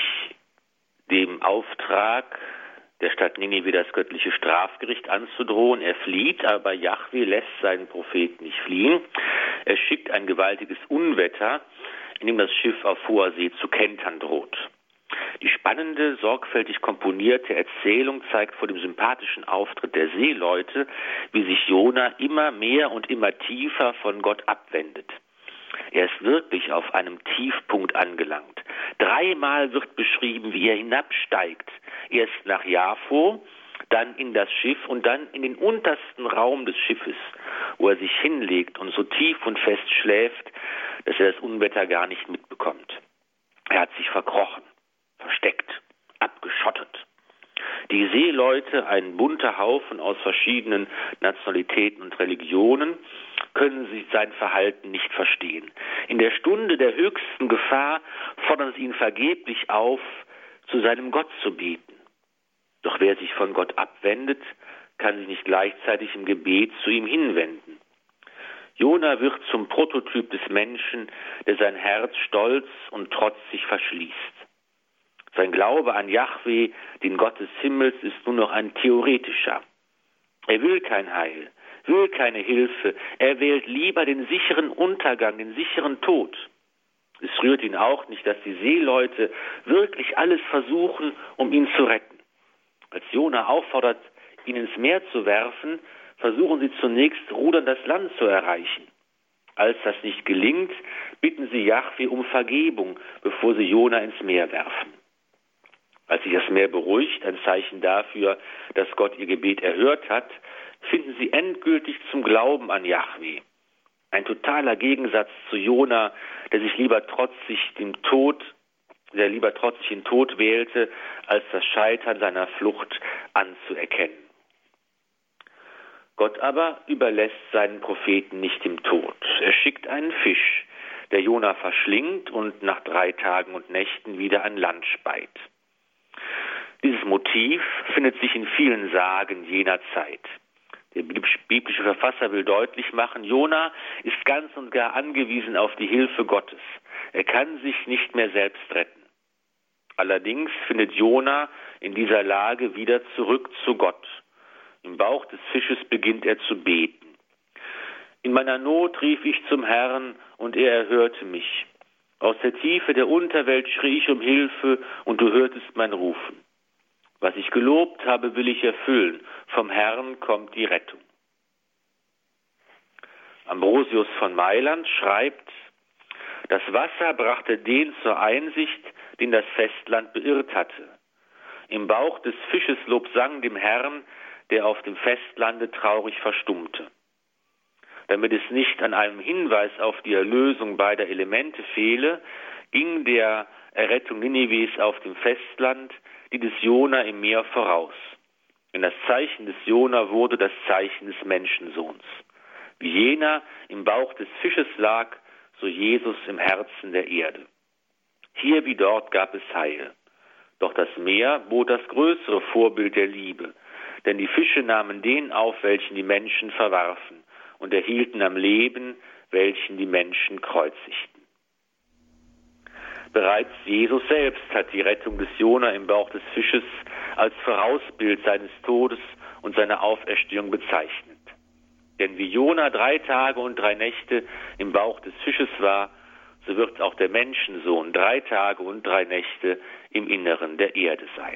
dem Auftrag der Stadt Ninive, das göttliche Strafgericht anzudrohen. Er flieht, aber Jahwe lässt seinen Propheten nicht fliehen. Er schickt ein gewaltiges Unwetter, in dem das Schiff auf hoher See zu kentern droht. Die spannende, sorgfältig komponierte Erzählung zeigt vor dem sympathischen Auftritt der Seeleute, wie sich Jona immer mehr und immer tiefer von Gott abwendet. Er ist wirklich auf einem Tiefpunkt angelangt. Dreimal wird beschrieben, wie er hinabsteigt. Erst nach Jaffo, dann in das Schiff und dann in den untersten Raum des Schiffes, wo er sich hinlegt und so tief und fest schläft, dass er das Unwetter gar nicht mitbekommt. Er hat sich verkrochen, versteckt, abgeschottet. Die Seeleute, ein bunter Haufen aus verschiedenen Nationalitäten und Religionen, können sich sein Verhalten nicht verstehen. In der Stunde der höchsten Gefahr fordern sie ihn vergeblich auf, zu seinem Gott zu beten. Doch wer sich von Gott abwendet, kann sich nicht gleichzeitig im Gebet zu ihm hinwenden. Jona wird zum Prototyp des Menschen, der sein Herz stolz und trotzig verschließt. Sein Glaube an Jahwe, den Gott des Himmels, ist nur noch ein theoretischer. Er will kein Heil, will keine Hilfe. Er wählt lieber den sicheren Untergang, den sicheren Tod. Es rührt ihn auch nicht, dass die Seeleute wirklich alles versuchen, um ihn zu retten. Als Jona auffordert, ihn ins Meer zu werfen, versuchen sie zunächst, rudernd das Land zu erreichen. Als das nicht gelingt, bitten sie Jahwe um Vergebung, bevor sie Jona ins Meer werfen. Als sich das Meer beruhigt, ein Zeichen dafür, dass Gott ihr Gebet erhört hat, finden sie endgültig zum Glauben an Jahwe. Ein totaler Gegensatz zu Jona, der sich lieber trotzig dem Tod, der lieber trotzig den Tod wählte, als das Scheitern seiner Flucht anzuerkennen. Gott aber überlässt seinen Propheten nicht dem Tod. Er schickt einen Fisch, der Jona verschlingt und nach drei Tagen und Nächten wieder an Land speit. Dieses Motiv findet sich in vielen Sagen jener Zeit. Der biblische Verfasser will deutlich machen, Jona ist ganz und gar angewiesen auf die Hilfe Gottes. Er kann sich nicht mehr selbst retten. Allerdings findet Jona in dieser Lage wieder zurück zu Gott. Im Bauch des Fisches beginnt er zu beten. In meiner Not rief ich zum Herrn, und er erhörte mich. Aus der Tiefe der Unterwelt schrie ich um Hilfe, und du hörtest mein Rufen. Was ich gelobt habe, will ich erfüllen. Vom Herrn kommt die Rettung. Ambrosius von Mailand schreibt, das Wasser brachte den zur Einsicht, den das Festland beirrt hatte. Im Bauch des Fisches Lob sang dem Herrn, der auf dem Festlande traurig verstummte. Damit es nicht an einem Hinweis auf die Erlösung beider Elemente fehle, ging der Errettung Ninives auf dem Festland die des Jona im Meer voraus. Denn das Zeichen des Jona wurde das Zeichen des Menschensohns. Wie jener im Bauch des Fisches lag, so Jesus im Herzen der Erde. Hier wie dort gab es Heil. Doch das Meer bot das größere Vorbild der Liebe. Denn die Fische nahmen den auf, welchen die Menschen verwarfen, und erhielten am Leben, welchen die Menschen kreuzigten. Bereits Jesus selbst hat die Rettung des Jona im Bauch des Fisches als Vorausbild seines Todes und seiner Auferstehung bezeichnet. Denn wie Jona drei Tage und drei Nächte im Bauch des Fisches war, so wird auch der Menschensohn drei Tage und drei Nächte im Inneren der Erde sein.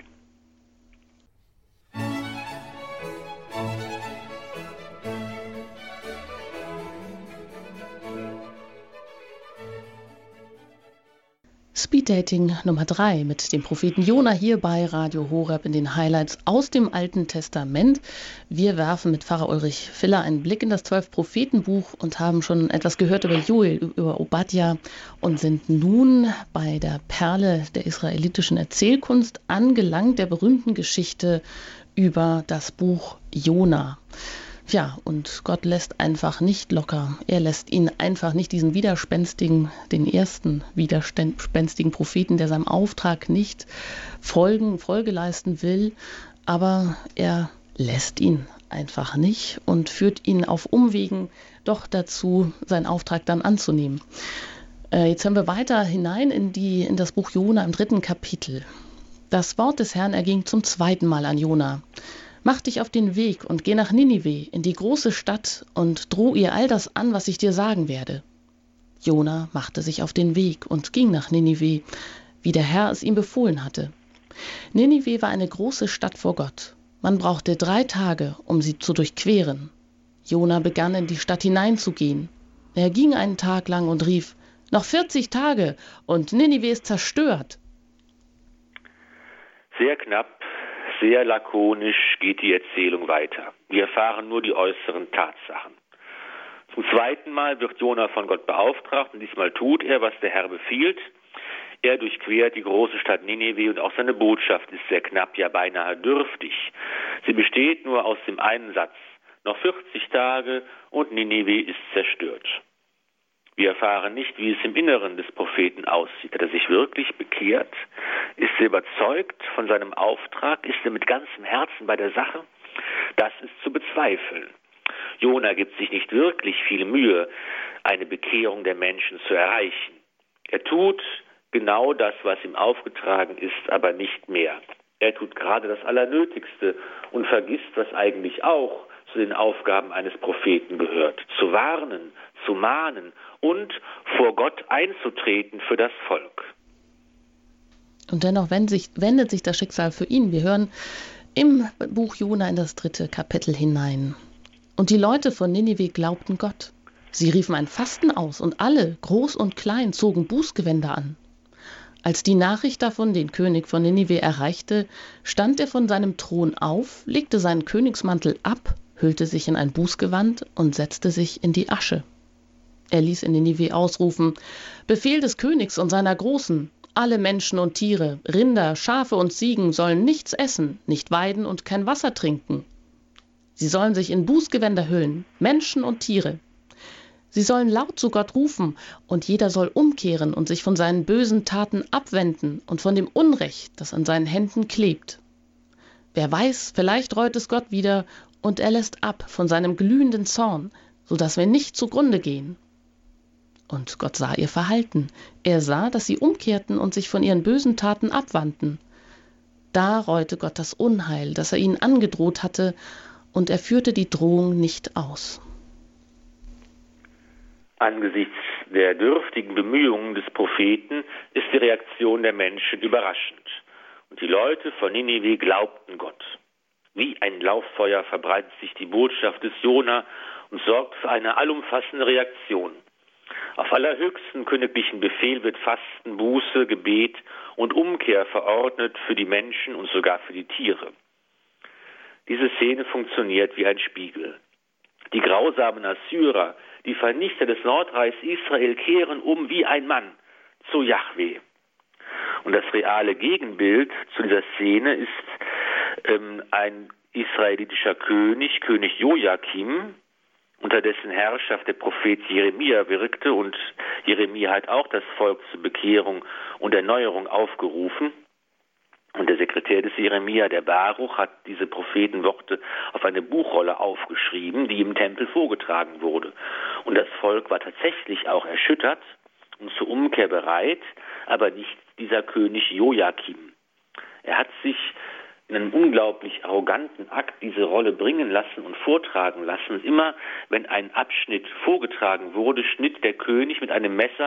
Speeddating Nummer drei mit dem Propheten Jona hier bei Radio Horeb in den Highlights aus dem Alten Testament. Wir werfen mit Pfarrer Ulrich Filler einen Blick in das Zwölf-Propheten-Buch und haben schon etwas gehört über Joel, über Obadja und sind nun bei der Perle der israelitischen Erzählkunst angelangt, der berühmten Geschichte über das Buch Jona. Ja, und Gott lässt einfach nicht locker. Er lässt ihn einfach nicht, diesen widerspenstigen, den ersten widerspenstigen Propheten, der seinem Auftrag nicht folgen, Folge leisten will. Aber er lässt ihn einfach nicht und führt ihn auf Umwegen doch dazu, seinen Auftrag dann anzunehmen. Äh, jetzt hören wir weiter hinein in, die, in das Buch Jona im dritten Kapitel. Das Wort des Herrn erging zum zweiten Mal an Jona. Mach dich auf den Weg und geh nach Ninive, in die große Stadt, und droh ihr all das an, was ich dir sagen werde. Jona machte sich auf den Weg und ging nach Ninive, wie der Herr es ihm befohlen hatte. Ninive war eine große Stadt vor Gott. Man brauchte drei Tage, um sie zu durchqueren. Jona begann, in die Stadt hineinzugehen. Er ging einen Tag lang und rief, noch vierzig Tage und Ninive ist zerstört. Sehr knapp. Sehr lakonisch geht die Erzählung weiter. Wir erfahren nur die äußeren Tatsachen. Zum zweiten Mal wird Jona von Gott beauftragt und diesmal tut er, was der Herr befiehlt. Er durchquert die große Stadt Ninive und auch seine Botschaft ist sehr knapp, ja beinahe dürftig. Sie besteht nur aus dem einen Satz. Noch vierzig Tage und Ninive ist zerstört. Wir erfahren nicht, wie es im Inneren des Propheten aussieht. Hat er sich wirklich bekehrt? Ist er überzeugt von seinem Auftrag? Ist er mit ganzem Herzen bei der Sache? Das ist zu bezweifeln. Jona gibt sich nicht wirklich viel Mühe, eine Bekehrung der Menschen zu erreichen. Er tut genau das, was ihm aufgetragen ist, aber nicht mehr. Er tut gerade das Allernötigste und vergisst, was eigentlich auch zu den Aufgaben eines Propheten gehört: zu warnen, zu mahnen und vor Gott einzutreten für das Volk. Und dennoch wendet sich, wendet sich das Schicksal für ihn. Wir hören im Buch Jona in das dritte Kapitel hinein. Und die Leute von Ninive glaubten Gott. Sie riefen ein Fasten aus und alle, groß und klein, zogen Bußgewänder an. Als die Nachricht davon den König von Ninive erreichte, stand er von seinem Thron auf, legte seinen Königsmantel ab, hüllte sich in ein Bußgewand und setzte sich in die Asche. Er ließ in Ninive ausrufen: Befehl des Königs und seiner Großen, alle Menschen und Tiere, Rinder, Schafe und Ziegen sollen nichts essen, nicht weiden und kein Wasser trinken. Sie sollen sich in Bußgewänder hüllen, Menschen und Tiere. Sie sollen laut zu Gott rufen, und jeder soll umkehren und sich von seinen bösen Taten abwenden und von dem Unrecht, das an seinen Händen klebt. Wer weiß, vielleicht reut es Gott wieder, und er lässt ab von seinem glühenden Zorn, so dass wir nicht zugrunde gehen. Und Gott sah ihr Verhalten. Er sah, dass sie umkehrten und sich von ihren bösen Taten abwandten. Da reute Gott das Unheil, das er ihnen angedroht hatte, und er führte die Drohung nicht aus. Angesichts der dürftigen Bemühungen des Propheten ist die Reaktion der Menschen überraschend. Und die Leute von Ninive glaubten Gott. Wie ein Lauffeuer verbreitet sich die Botschaft des Jona und sorgt für eine allumfassende Reaktion. Auf allerhöchsten königlichen Befehl wird Fasten, Buße, Gebet und Umkehr verordnet für die Menschen und sogar für die Tiere. Diese Szene funktioniert wie ein Spiegel. Die grausamen Assyrer, die Vernichter des Nordreichs Israel, kehren um wie ein Mann zu Jahwe. Und das reale Gegenbild zu dieser Szene ist ähm, ein israelitischer König, König Joachim, unter dessen Herrschaft der Prophet Jeremia wirkte, und Jeremia hat auch das Volk zur Bekehrung und Erneuerung aufgerufen. Und der Sekretär des Jeremia, der Baruch, hat diese Prophetenworte auf eine Buchrolle aufgeschrieben, die im Tempel vorgetragen wurde. Und das Volk war tatsächlich auch erschüttert und zur Umkehr bereit, aber nicht dieser König Joachim. Er hat sich in einem unglaublich arroganten Akt diese Rolle bringen lassen und vortragen lassen. Und immer, wenn ein Abschnitt vorgetragen wurde, schnitt der König mit einem Messer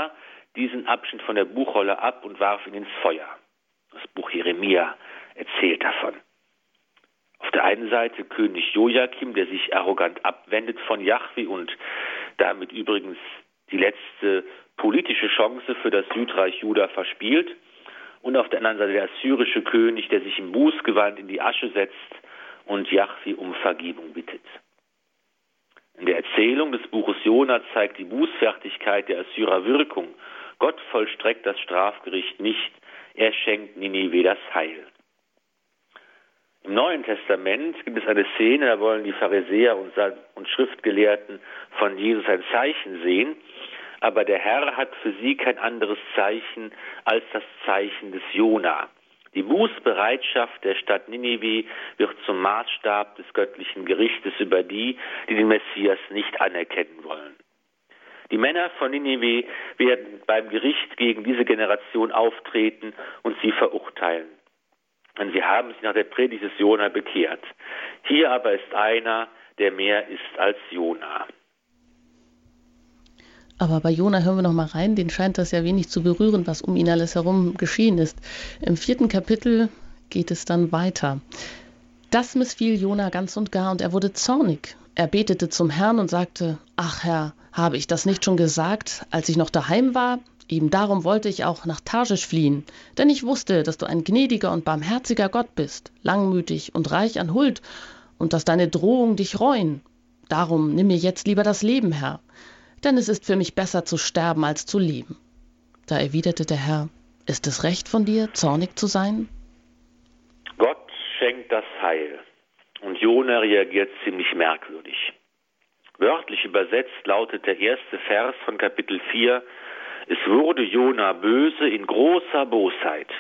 diesen Abschnitt von der Buchrolle ab und warf ihn ins Feuer. Das Buch Jeremia erzählt davon. Auf der einen Seite König Joachim, der sich arrogant abwendet von Jahwe und damit übrigens die letzte politische Chance für das Südreich Juda verspielt. Und auf der anderen Seite der assyrische König, der sich im Bußgewand in die Asche setzt und Jahwe um Vergebung bittet. In der Erzählung des Buches Jona zeigt die Bußfertigkeit der Assyrer Wirkung. Gott vollstreckt das Strafgericht nicht, er schenkt Ninive das Heil. Im Neuen Testament gibt es eine Szene, da wollen die Pharisäer und, und Schriftgelehrten von Jesus ein Zeichen sehen, aber der Herr hat für sie kein anderes Zeichen als das Zeichen des Jona. Die Bußbereitschaft der Stadt Ninive wird zum Maßstab des göttlichen Gerichtes über die, die den Messias nicht anerkennen wollen. Die Männer von Ninive werden beim Gericht gegen diese Generation auftreten und sie verurteilen. Denn sie haben sich nach der Predigt des Jona bekehrt. Hier aber ist einer, der mehr ist als Jona. Aber bei Jona hören wir noch mal rein, den scheint das ja wenig zu berühren, was um ihn alles herum geschehen ist. Im vierten Kapitel geht es dann weiter. Das missfiel Jona ganz und gar und er wurde zornig. Er betete zum Herrn und sagte, ach Herr, habe ich das nicht schon gesagt, als ich noch daheim war? Eben darum wollte ich auch nach Tarschisch fliehen, denn ich wusste, dass du ein gnädiger und barmherziger Gott bist, langmütig und reich an Huld und dass deine Drohungen dich reuen. Darum nimm mir jetzt lieber das Leben, Herr. Denn es ist für mich besser zu sterben als zu leben. Da erwiderte der Herr, ist es recht von dir, zornig zu sein? Gott schenkt das Heil. Und Jona reagiert ziemlich merkwürdig. Wörtlich übersetzt lautet der erste Vers von Kapitel vier, es wurde Jona böse in großer Bosheit.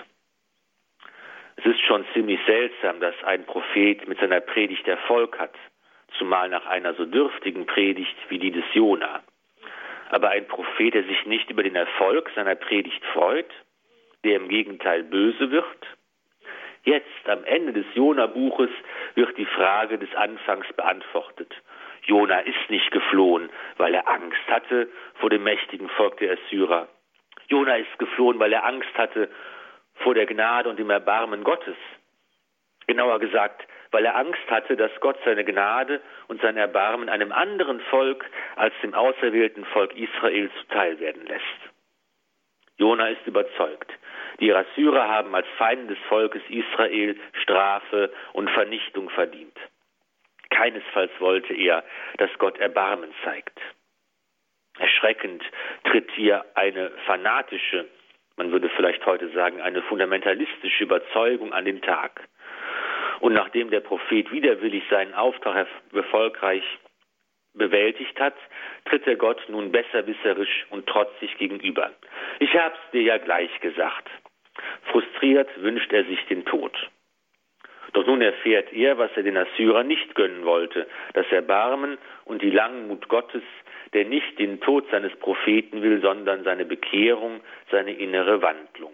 Es ist schon ziemlich seltsam, dass ein Prophet mit seiner Predigt Erfolg hat, zumal nach einer so dürftigen Predigt wie die des Jona. Aber ein Prophet, der sich nicht über den Erfolg seiner Predigt freut, der im Gegenteil böse wird. Jetzt, am Ende des Jona-Buches, wird die Frage des Anfangs beantwortet. Jona ist nicht geflohen, weil er Angst hatte vor dem mächtigen Volk der Assyrer. Jona ist geflohen, weil er Angst hatte vor der Gnade und dem Erbarmen Gottes. Genauer gesagt, weil er Angst hatte, dass Gott seine Gnade und sein Erbarmen einem anderen Volk als dem auserwählten Volk Israel zuteil werden lässt. Jona ist überzeugt. Die Assyrer haben als Feinde des Volkes Israel Strafe und Vernichtung verdient. Keinesfalls wollte er, dass Gott Erbarmen zeigt. Erschreckend tritt hier eine fanatische, man würde vielleicht heute sagen, eine fundamentalistische Überzeugung an den Tag. Und nachdem der Prophet widerwillig seinen Auftrag erfolgreich bewältigt hat, tritt er Gott nun besserwisserisch und trotzig gegenüber. Ich hab's dir ja gleich gesagt. Frustriert wünscht er sich den Tod. Doch nun erfährt er, was er den Assyrern nicht gönnen wollte, das Erbarmen und die Langmut Gottes, der nicht den Tod seines Propheten will, sondern seine Bekehrung, seine innere Wandlung.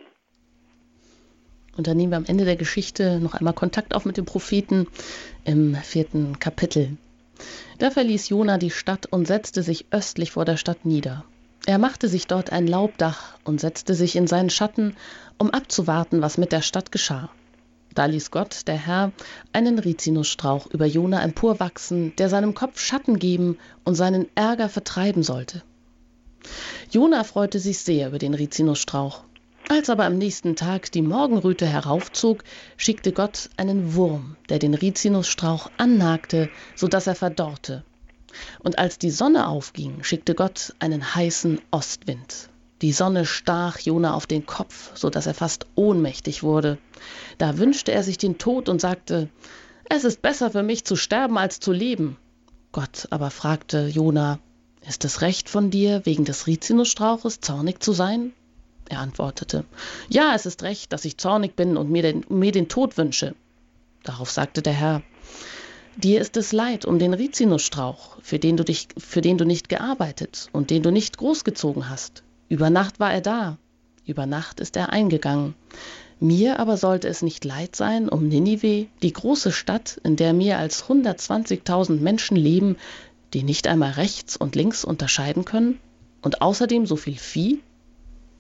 Und dann nehmen wir am Ende der Geschichte noch einmal Kontakt auf mit dem Propheten im vierten Kapitel. Da verließ Jona die Stadt und setzte sich östlich vor der Stadt nieder. Er machte sich dort ein Laubdach und setzte sich in seinen Schatten, um abzuwarten, was mit der Stadt geschah. Da ließ Gott, der Herr, einen Rizinusstrauch über Jona emporwachsen, der seinem Kopf Schatten geben und seinen Ärger vertreiben sollte. Jona freute sich sehr über den Rizinusstrauch. Als aber am nächsten Tag die Morgenröte heraufzog, schickte Gott einen Wurm, der den Rizinusstrauch annagte, so dass er verdorrte. Und als die Sonne aufging, schickte Gott einen heißen Ostwind. Die Sonne stach Jona auf den Kopf, so dass er fast ohnmächtig wurde. Da wünschte er sich den Tod und sagte, es ist besser für mich zu sterben als zu leben. Gott aber fragte Jona, ist es recht von dir, wegen des Rizinusstrauches zornig zu sein? Er antwortete, ja, es ist recht, dass ich zornig bin und mir den, mir den Tod wünsche. Darauf sagte der Herr, dir ist es leid um den Rizinusstrauch, für den du dich, für den du nicht gearbeitet und den du nicht großgezogen hast. Über Nacht war er da, über Nacht ist er eingegangen. Mir aber sollte es nicht leid sein um Ninive, die große Stadt, in der mehr als hundertzwanzigtausend Menschen leben, die nicht einmal rechts und links unterscheiden können, und außerdem so viel Vieh?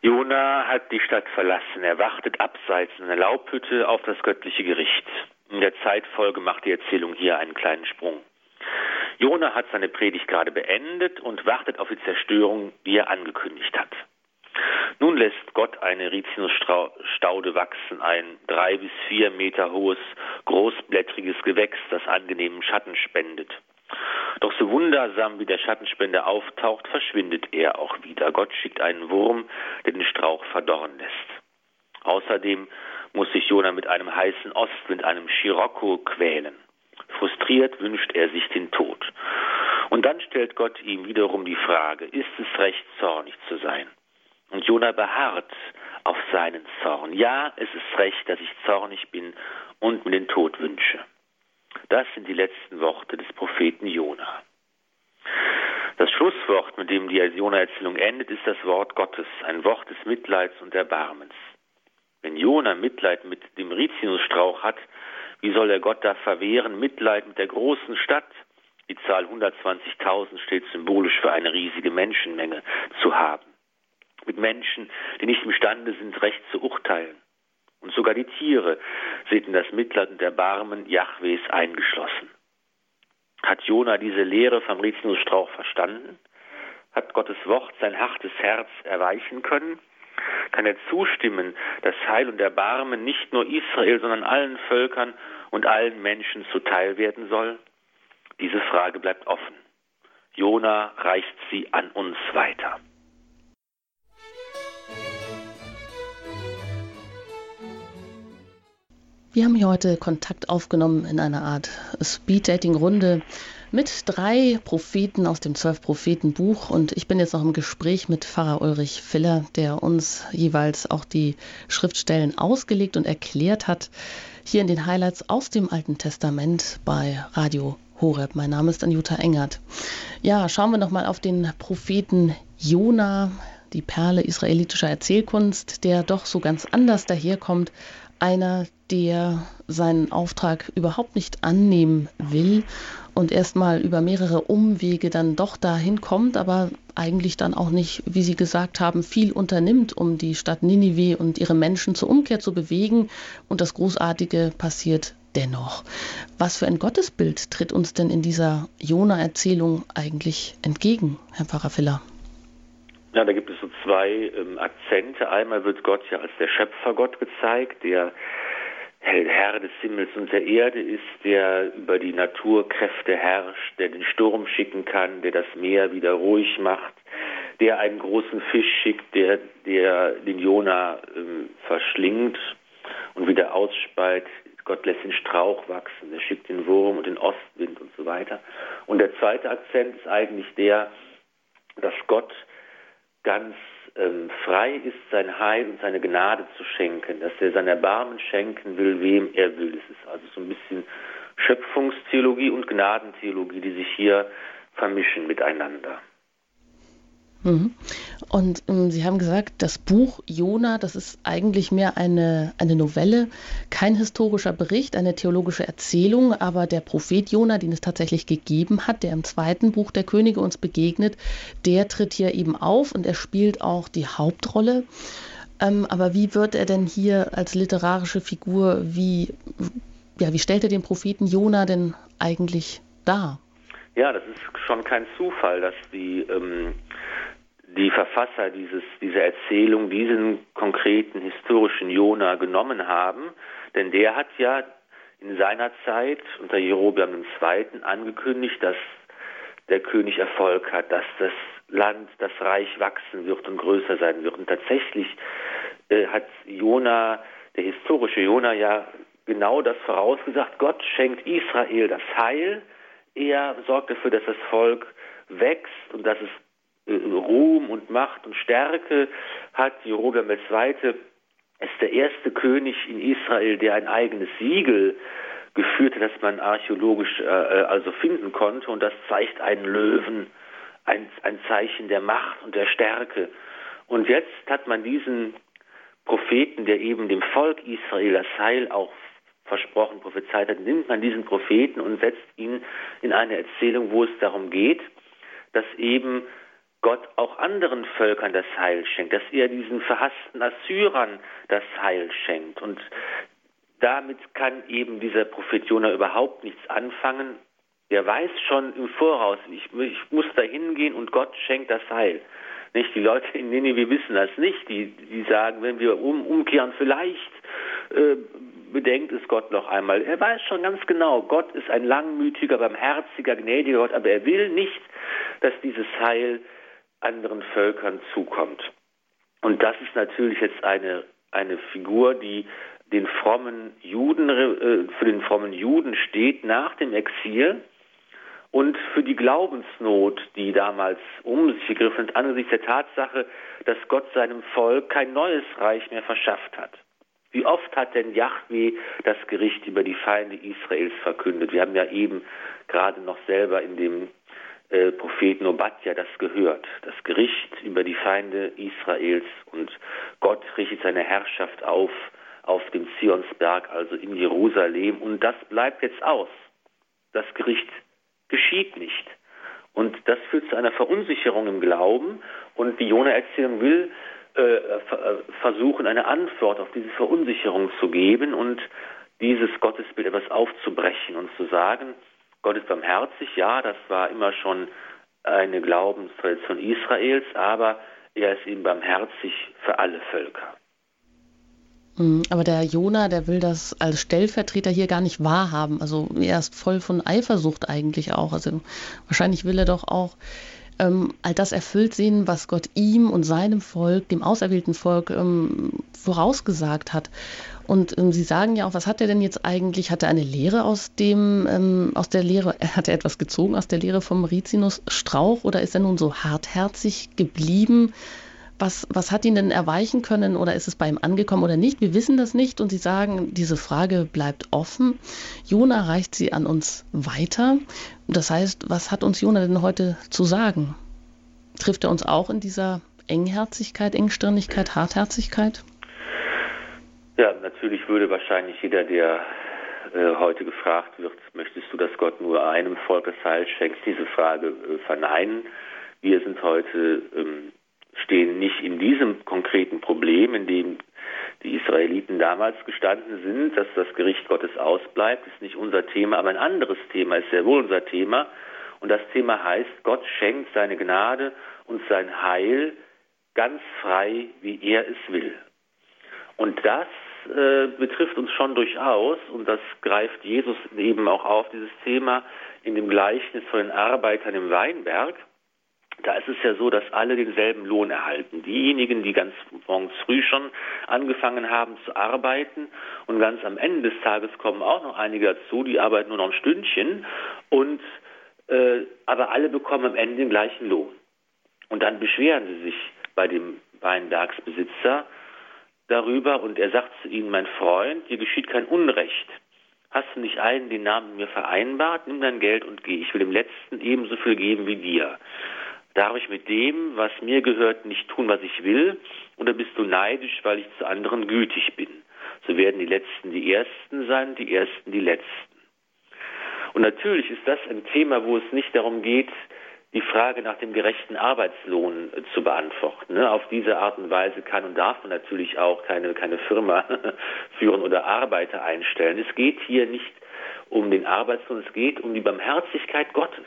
Jona hat die Stadt verlassen. Er wartet abseits in einer Laubhütte auf das göttliche Gericht. In der Zeitfolge macht die Erzählung hier einen kleinen Sprung. Jona hat seine Predigt gerade beendet und wartet auf die Zerstörung, die er angekündigt hat. Nun lässt Gott eine Rizinusstaude wachsen, ein drei bis vier Meter hohes, großblättriges Gewächs, das angenehmen Schatten spendet. Doch so wundersam wie der Schattenspender auftaucht, verschwindet er auch wieder. Gott schickt einen Wurm, der den Strauch verdorren lässt. Außerdem muss sich Jona mit einem heißen Ostwind, einem Scirocco, quälen. Frustriert wünscht er sich den Tod. Und dann stellt Gott ihm wiederum die Frage, ist es recht, zornig zu sein? Und Jona beharrt auf seinen Zorn. Ja, es ist recht, dass ich zornig bin und mir den Tod wünsche. Das sind die letzten Worte des Propheten Jona. Das Schlusswort, mit dem die Jona-Erzählung endet, ist das Wort Gottes, ein Wort des Mitleids und Erbarmens. Wenn Jona Mitleid mit dem Rizinusstrauch hat, wie soll er Gott da verwehren, Mitleid mit der großen Stadt? Die Zahl hundertzwanzigtausend steht symbolisch für eine riesige Menschenmenge zu haben. Mit Menschen, die nicht imstande sind, recht zu urteilen. Und sogar die Tiere sind in das Mitleid und Erbarmen Jahwes eingeschlossen. Hat Jona diese Lehre vom Rizinusstrauch verstanden? Hat Gottes Wort sein hartes Herz erweichen können? Kann er zustimmen, dass Heil und Erbarmen nicht nur Israel, sondern allen Völkern und allen Menschen zuteil werden soll? Diese Frage bleibt offen. Jona reicht sie an uns weiter. Wir haben hier heute Kontakt aufgenommen in einer Art Speed-Dating-Runde mit drei Propheten aus dem Zwölf-Propheten-Buch. Und ich bin jetzt noch im Gespräch mit Pfarrer Ulrich Filler, der uns jeweils auch die Schriftstellen ausgelegt und erklärt hat, hier in den Highlights aus dem Alten Testament bei Radio Horeb. Mein Name ist Anjuta Engert. Ja, schauen wir nochmal auf den Propheten Jona, die Perle israelitischer Erzählkunst, der doch so ganz anders daherkommt. Einer, der seinen Auftrag überhaupt nicht annehmen will und erstmal über mehrere Umwege dann doch dahin kommt, aber eigentlich dann auch nicht, wie Sie gesagt haben, viel unternimmt, um die Stadt Ninive und ihre Menschen zur Umkehr zu bewegen. Und das Großartige passiert dennoch. Was für ein Gottesbild tritt uns denn in dieser Jona-Erzählung eigentlich entgegen, Herr Pfarrer Filler? Ja, da gibt es so zwei ähm, Akzente. Einmal wird Gott ja als der Schöpfergott gezeigt, der Herr des Himmels und der Erde ist, der über die Naturkräfte herrscht, der den Sturm schicken kann, der das Meer wieder ruhig macht, der einen großen Fisch schickt, der, der den Jona ähm, verschlingt und wieder ausspeit. Gott lässt den Strauch wachsen, er schickt den Wurm und den Ostwind und so weiter. Und der zweite Akzent ist eigentlich der, dass Gott ganz ähm, frei ist, sein Heil und seine Gnade zu schenken, dass er sein Erbarmen schenken will, wem er will. Es ist also so ein bisschen Schöpfungstheologie und Gnadentheologie, die sich hier vermischen miteinander. Mhm. Und ähm, Sie haben gesagt, das Buch Jona, das ist eigentlich mehr eine, eine Novelle, kein historischer Bericht, eine theologische Erzählung, aber der Prophet Jona, den es tatsächlich gegeben hat, der im zweiten Buch der Könige uns begegnet, der tritt hier eben auf und er spielt auch die Hauptrolle. Ähm, aber wie wird er denn hier als literarische Figur, wie, ja, wie stellt er den Propheten Jona denn eigentlich dar? Ja, das ist schon kein Zufall, dass die ähm die Verfasser dieses, dieser Erzählung diesen konkreten historischen Jona genommen haben, denn der hat ja in seiner Zeit unter Jerobeam der Zweite angekündigt, dass der König Erfolg hat, dass das Land, das Reich wachsen wird und größer sein wird. Und tatsächlich äh, hat Jona, der historische Jona, ja genau das vorausgesagt. Gott schenkt Israel das Heil, er sorgt dafür, dass das Volk wächst und dass es Ruhm und Macht und Stärke hat. Jerobeam der Zweite ist der erste König in Israel, der ein eigenes Siegel geführt hat, das man archäologisch äh, also finden konnte. Und das zeigt einen Löwen, ein, ein Zeichen der Macht und der Stärke. Und jetzt hat man diesen Propheten, der eben dem Volk Israel das Heil auch versprochen, prophezeit hat, nimmt man diesen Propheten und setzt ihn in eine Erzählung, wo es darum geht, dass eben Gott auch anderen Völkern das Heil schenkt, dass er diesen verhassten Assyrern das Heil schenkt. Und damit kann eben dieser Prophet Jona überhaupt nichts anfangen. Der weiß schon im Voraus, ich, ich muss da hingehen und Gott schenkt das Heil. Nicht? Die Leute in Ninive wissen das nicht. Die, die sagen, wenn wir um, umkehren, vielleicht äh, bedenkt es Gott noch einmal. Er weiß schon ganz genau, Gott ist ein langmütiger, barmherziger, gnädiger Gott, aber er will nicht, dass dieses Heil anderen Völkern zukommt. Und das ist natürlich jetzt eine, eine Figur, die den frommen Juden, äh, für den frommen Juden steht nach dem Exil und für die Glaubensnot, die damals um sich gegriffen hat, angesichts der Tatsache, dass Gott seinem Volk kein neues Reich mehr verschafft hat. Wie oft hat denn Jahwe das Gericht über die Feinde Israels verkündet? Wir haben ja eben gerade noch selber in dem äh, Propheten Obadja das gehört. Das Gericht über die Feinde Israels, und Gott richtet seine Herrschaft auf auf dem Zionsberg, also in Jerusalem, und das bleibt jetzt aus. Das Gericht geschieht nicht. Und das führt zu einer Verunsicherung im Glauben, und die Jona-Erzählung will äh, versuchen, eine Antwort auf diese Verunsicherung zu geben und dieses Gottesbild etwas aufzubrechen und zu sagen, Gott ist barmherzig, ja, das war immer schon eine Glaubenstradition Israels, aber er ist eben barmherzig für alle Völker. Aber der Jona, der will das als Stellvertreter hier gar nicht wahrhaben. Also er ist voll von Eifersucht eigentlich auch. Also wahrscheinlich will er doch auch ähm, all das erfüllt sehen, was Gott ihm und seinem Volk, dem auserwählten Volk, ähm, vorausgesagt hat. Und ähm, Sie sagen ja auch, was hat er denn jetzt eigentlich? Hat er eine Lehre aus dem, ähm, aus der Lehre, hat er etwas gezogen aus der Lehre vom Rizinusstrauch, oder ist er nun so hartherzig geblieben? Was, was hat ihn denn erweichen können, oder ist es bei ihm angekommen oder nicht? Wir wissen das nicht, und Sie sagen, diese Frage bleibt offen. Jona reicht sie an uns weiter. Das heißt, was hat uns Jona denn heute zu sagen? Trifft er uns auch in dieser Engherzigkeit, Engstirnigkeit, Hartherzigkeit? Ja, natürlich würde wahrscheinlich jeder, der äh, heute gefragt wird, möchtest du, dass Gott nur einem Volk das Heil schenkt, diese Frage äh, verneinen. Wir sind heute ähm, stehen nicht in diesem konkreten Problem, in dem die Israeliten damals gestanden sind, dass das Gericht Gottes ausbleibt, ist nicht unser Thema, aber ein anderes Thema ist sehr wohl unser Thema. Und das Thema heißt, Gott schenkt seine Gnade und sein Heil ganz frei, wie er es will. Und das äh, betrifft uns schon durchaus, und das greift Jesus eben auch auf, dieses Thema, in dem Gleichnis von den Arbeitern im Weinberg. Da ist es ja so, dass alle denselben Lohn erhalten. Diejenigen, die ganz morgens früh schon angefangen haben zu arbeiten, und ganz am Ende des Tages kommen auch noch einige dazu, die arbeiten nur noch ein Stündchen, und äh, aber alle bekommen am Ende den gleichen Lohn. Und dann beschweren sie sich bei dem Weinbergsbesitzer darüber, und er sagt zu ihnen: Mein Freund, dir geschieht kein Unrecht. Hast du nicht einen den Namen mit mir vereinbart? Nimm dein Geld und geh. Ich will dem Letzten ebenso viel geben wie dir. Darf ich mit dem, was mir gehört, nicht tun, was ich will? Oder bist du neidisch, weil ich zu anderen gütig bin? So werden die Letzten die Ersten sein, die Ersten die Letzten. Und natürlich ist das ein Thema, wo es nicht darum geht, die Frage nach dem gerechten Arbeitslohn äh, zu beantworten. Ne? Auf diese Art und Weise kann und darf man natürlich auch keine, keine Firma führen oder Arbeiter einstellen. Es geht hier nicht um den Arbeitslohn, es geht um die Barmherzigkeit Gottes.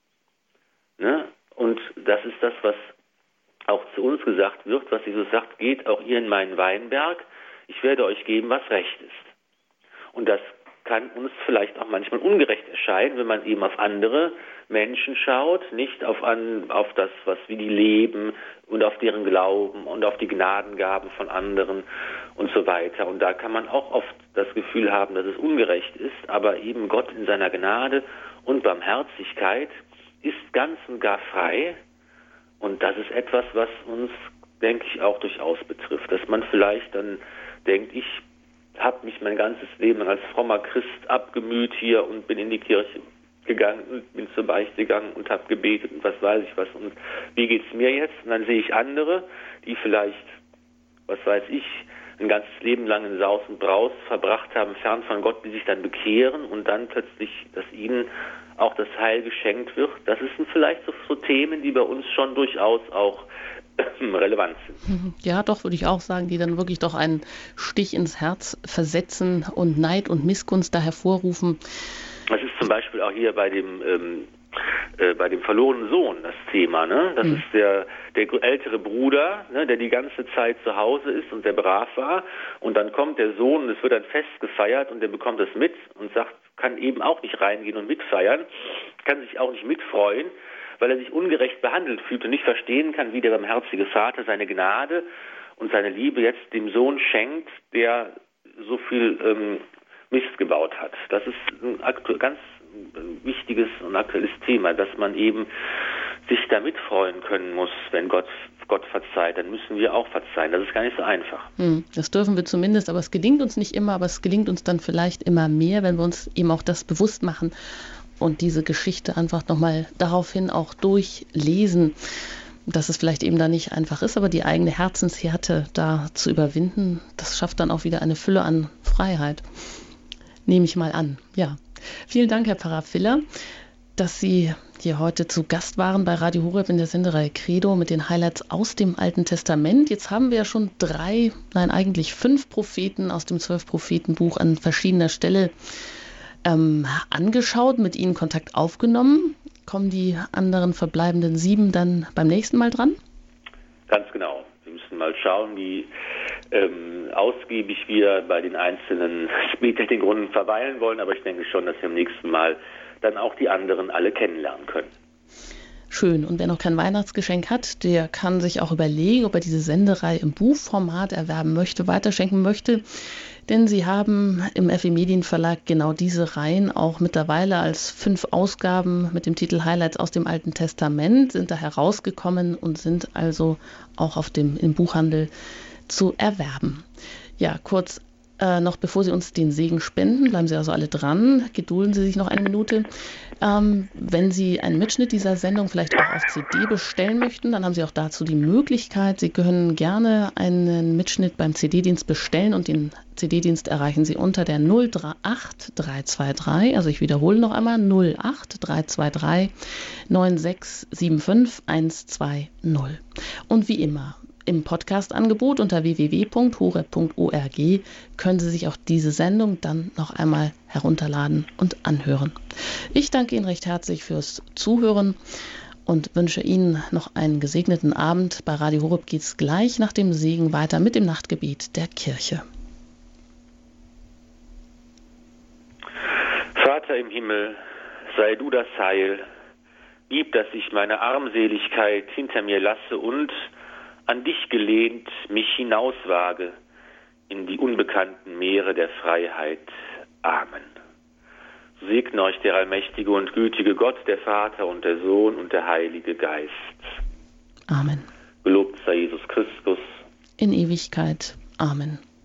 Ne? Und das ist das, was auch zu uns gesagt wird, was Jesus sagt: Geht auch ihr in meinen Weinberg, ich werde euch geben, was recht ist. Und das kann uns vielleicht auch manchmal ungerecht erscheinen, wenn man eben auf andere Menschen schaut, nicht auf, an, auf das, was wie die leben und auf deren Glauben und auf die Gnadengaben von anderen und so weiter. Und da kann man auch oft das Gefühl haben, dass es ungerecht ist, aber eben Gott in seiner Gnade und Barmherzigkeit ist ganz und gar frei, und das ist etwas, was uns, denke ich, auch durchaus betrifft, dass man vielleicht dann denkt, ich habe mich mein ganzes Leben als frommer Christ abgemüht hier und bin in die Kirche gegangen und bin zur Beichte gegangen und habe gebetet und was weiß ich was, und wie geht's mir jetzt? Und dann sehe ich andere, die vielleicht, was weiß ich, ein ganzes Leben lang in Saus und Braus verbracht haben, fern von Gott, die sich dann bekehren und dann plötzlich, dass ihnen auch das Heil geschenkt wird. Das sind vielleicht so, so Themen, die bei uns schon durchaus auch relevant sind. Ja, doch, würde ich auch sagen, die dann wirklich doch einen Stich ins Herz versetzen und Neid und Missgunst da hervorrufen. Das ist zum Beispiel auch hier bei dem ähm, äh, bei dem verlorenen Sohn das Thema. Ne? Das mhm. ist der, der ältere Bruder, ne, der die ganze Zeit zu Hause ist und der brav war. Und dann kommt der Sohn und es wird ein Fest gefeiert und der bekommt das mit und sagt, kann eben auch nicht reingehen und mitfeiern, kann sich auch nicht mitfreuen, weil er sich ungerecht behandelt fühlt und nicht verstehen kann, wie der barmherzige Vater seine Gnade und seine Liebe jetzt dem Sohn schenkt, der so viel ähm, Mist gebaut hat. Das ist ein aktu- ganz wichtiges und aktuelles Thema, dass man eben sich da mitfreuen können muss, wenn Gott, Gott verzeiht, dann müssen wir auch verzeihen. Das ist gar nicht so einfach. Das dürfen wir zumindest, aber es gelingt uns nicht immer, aber es gelingt uns dann vielleicht immer mehr, wenn wir uns eben auch das bewusst machen und diese Geschichte einfach nochmal daraufhin auch durchlesen, dass es vielleicht eben da nicht einfach ist, aber die eigene Herzenshärte da zu überwinden, das schafft dann auch wieder eine Fülle an Freiheit. Nehme ich mal an, ja. Vielen Dank, Herr Pfarrer Viller, dass Sie hier heute zu Gast waren bei Radio Horeb in der Sendereihe Credo mit den Highlights aus dem Alten Testament. Jetzt haben wir ja schon drei, nein eigentlich fünf Propheten aus dem Zwölf-Propheten-Buch an verschiedener Stelle ähm, angeschaut, mit ihnen Kontakt aufgenommen. Kommen die anderen verbleibenden sieben dann beim nächsten Mal dran? Ganz genau. Wir müssen mal schauen, wie ähm, ausgiebig wir bei den einzelnen Spättechnikrunden verweilen wollen, aber ich denke schon, dass wir am nächsten Mal dann auch die anderen alle kennenlernen können. Schön. Und wer noch kein Weihnachtsgeschenk hat, der kann sich auch überlegen, ob er diese Sendereihe im Buchformat erwerben möchte, weiterschenken möchte. Denn sie haben im F E Medienverlag genau diese Reihen auch mittlerweile als fünf Ausgaben mit dem Titel Highlights aus dem Alten Testament sind da herausgekommen und sind also auch auf dem, im Buchhandel zu erwerben. Ja, kurz äh, noch bevor Sie uns den Segen spenden, bleiben Sie also alle dran, gedulden Sie sich noch eine Minute. Ähm, wenn Sie einen Mitschnitt dieser Sendung vielleicht auch auf C D bestellen möchten, dann haben Sie auch dazu die Möglichkeit. Sie können gerne einen Mitschnitt beim C D-Dienst bestellen und den C D-Dienst erreichen Sie unter der null acht drei zwei drei, also ich wiederhole noch einmal, null acht drei zwei drei neun sechs sieben fünf eins zwei null. Und wie immer, im Podcast-Angebot unter w w w punkt horeb punkt org können Sie sich auch diese Sendung dann noch einmal herunterladen und anhören. Ich danke Ihnen recht herzlich fürs Zuhören und wünsche Ihnen noch einen gesegneten Abend. Bei Radio Horeb geht es gleich nach dem Segen weiter mit dem Nachtgebet der Kirche. Vater im Himmel, sei du das Heil. Gib, dass ich meine Armseligkeit hinter mir lasse und an dich gelehnt mich hinauswage in die unbekannten Meere der Freiheit. Amen. Segne euch der allmächtige und gütige Gott, der Vater und der Sohn und der Heilige Geist. Amen. Gelobt sei Jesus Christus. In Ewigkeit. Amen.